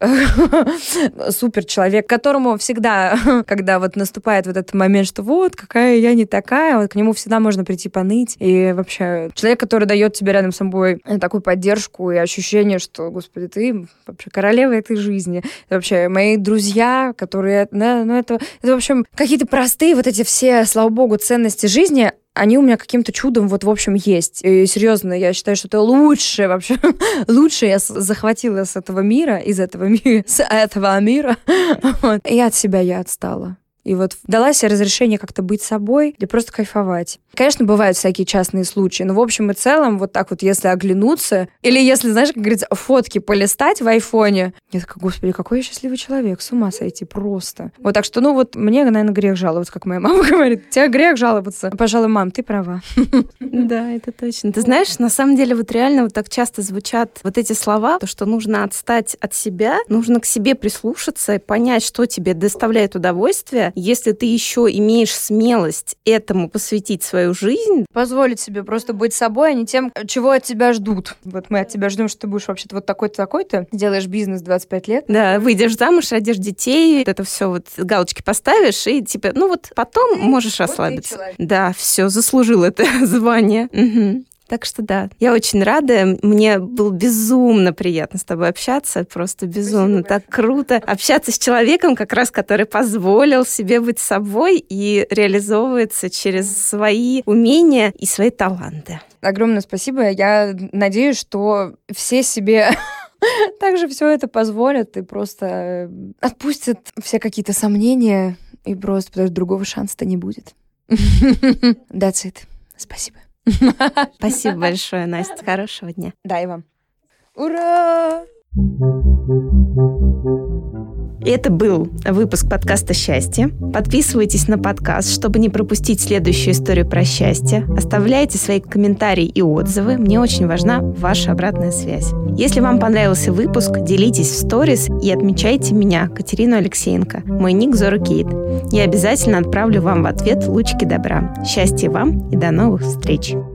супер человек, которому всегда, когда вот наступает вот этот момент, что вот, какая я не такая, вот к нему всегда можно прийти поныть. И вообще человек, который дает тебе рядом с собой такую поддержку и ощущение, что, господи, ты вообще королева этой жизни. И вообще мои друзья, которые... Да, ну это, это, в общем, какие-то простые вот эти все, слава богу, ценности жизни, они у меня каким-то чудом вот в общем есть. И серьезно, я считаю, что это лучшее вообще. Лучшее я захватила с этого мира, из этого мира, с этого мира. Вот. И от себя я отстала. И вот дала себе разрешение как-то быть собой или просто кайфовать. Конечно, бывают всякие частные случаи, но в общем и целом, вот так вот, если оглянуться, или если, знаешь, как говорится, фотки полистать в айфоне, я такая: господи, какой я счастливый человек, с ума сойти просто. Вот так что, ну вот, мне, наверное, грех жаловаться, как моя мама говорит. Тебе грех жаловаться. Пожалуй, мам, ты права. Да, это точно. Ты знаешь, на самом деле вот реально вот так часто звучат вот эти слова, то, что нужно отстать от себя, нужно к себе прислушаться и понять, что тебе доставляет удовольствие. Если ты еще имеешь смелость этому посвятить свою жизнь, позволить себе просто быть собой, а не тем, чего от тебя ждут. Вот мы от тебя ждем, что ты будешь вообще-то вот такой-то, такой-то, делаешь бизнес двадцать пять лет. Да, выйдешь замуж, родишь детей, это все вот галочки поставишь, и типа, ну вот потом можешь расслабиться. Да, все, заслужил это звание. Угу. Так что да, я очень рада. Мне было безумно приятно с тобой общаться. Просто безумно. Спасибо, так круто общаться с человеком, как раз который позволил себе быть собой и реализовывается через свои умения и свои таланты. Огромное спасибо. Я надеюсь, что все себе также все это позволят и просто отпустят все какие-то сомнения, и просто потому что другого шанса-то не будет. That's it. Спасибо. Спасибо большое, Настя. Хорошего дня. Да, и вам. Ура! Это был выпуск подкаста «Счастье». Подписывайтесь на подкаст, чтобы не пропустить следующую историю про счастье. Оставляйте свои комментарии и отзывы. Мне очень важна ваша обратная связь. Если вам понравился выпуск, делитесь в сторис и отмечайте меня, Катерину Алексеенко. Мой ник Зора Кейт. Я обязательно отправлю вам в ответ лучики добра. Счастья вам и до новых встреч!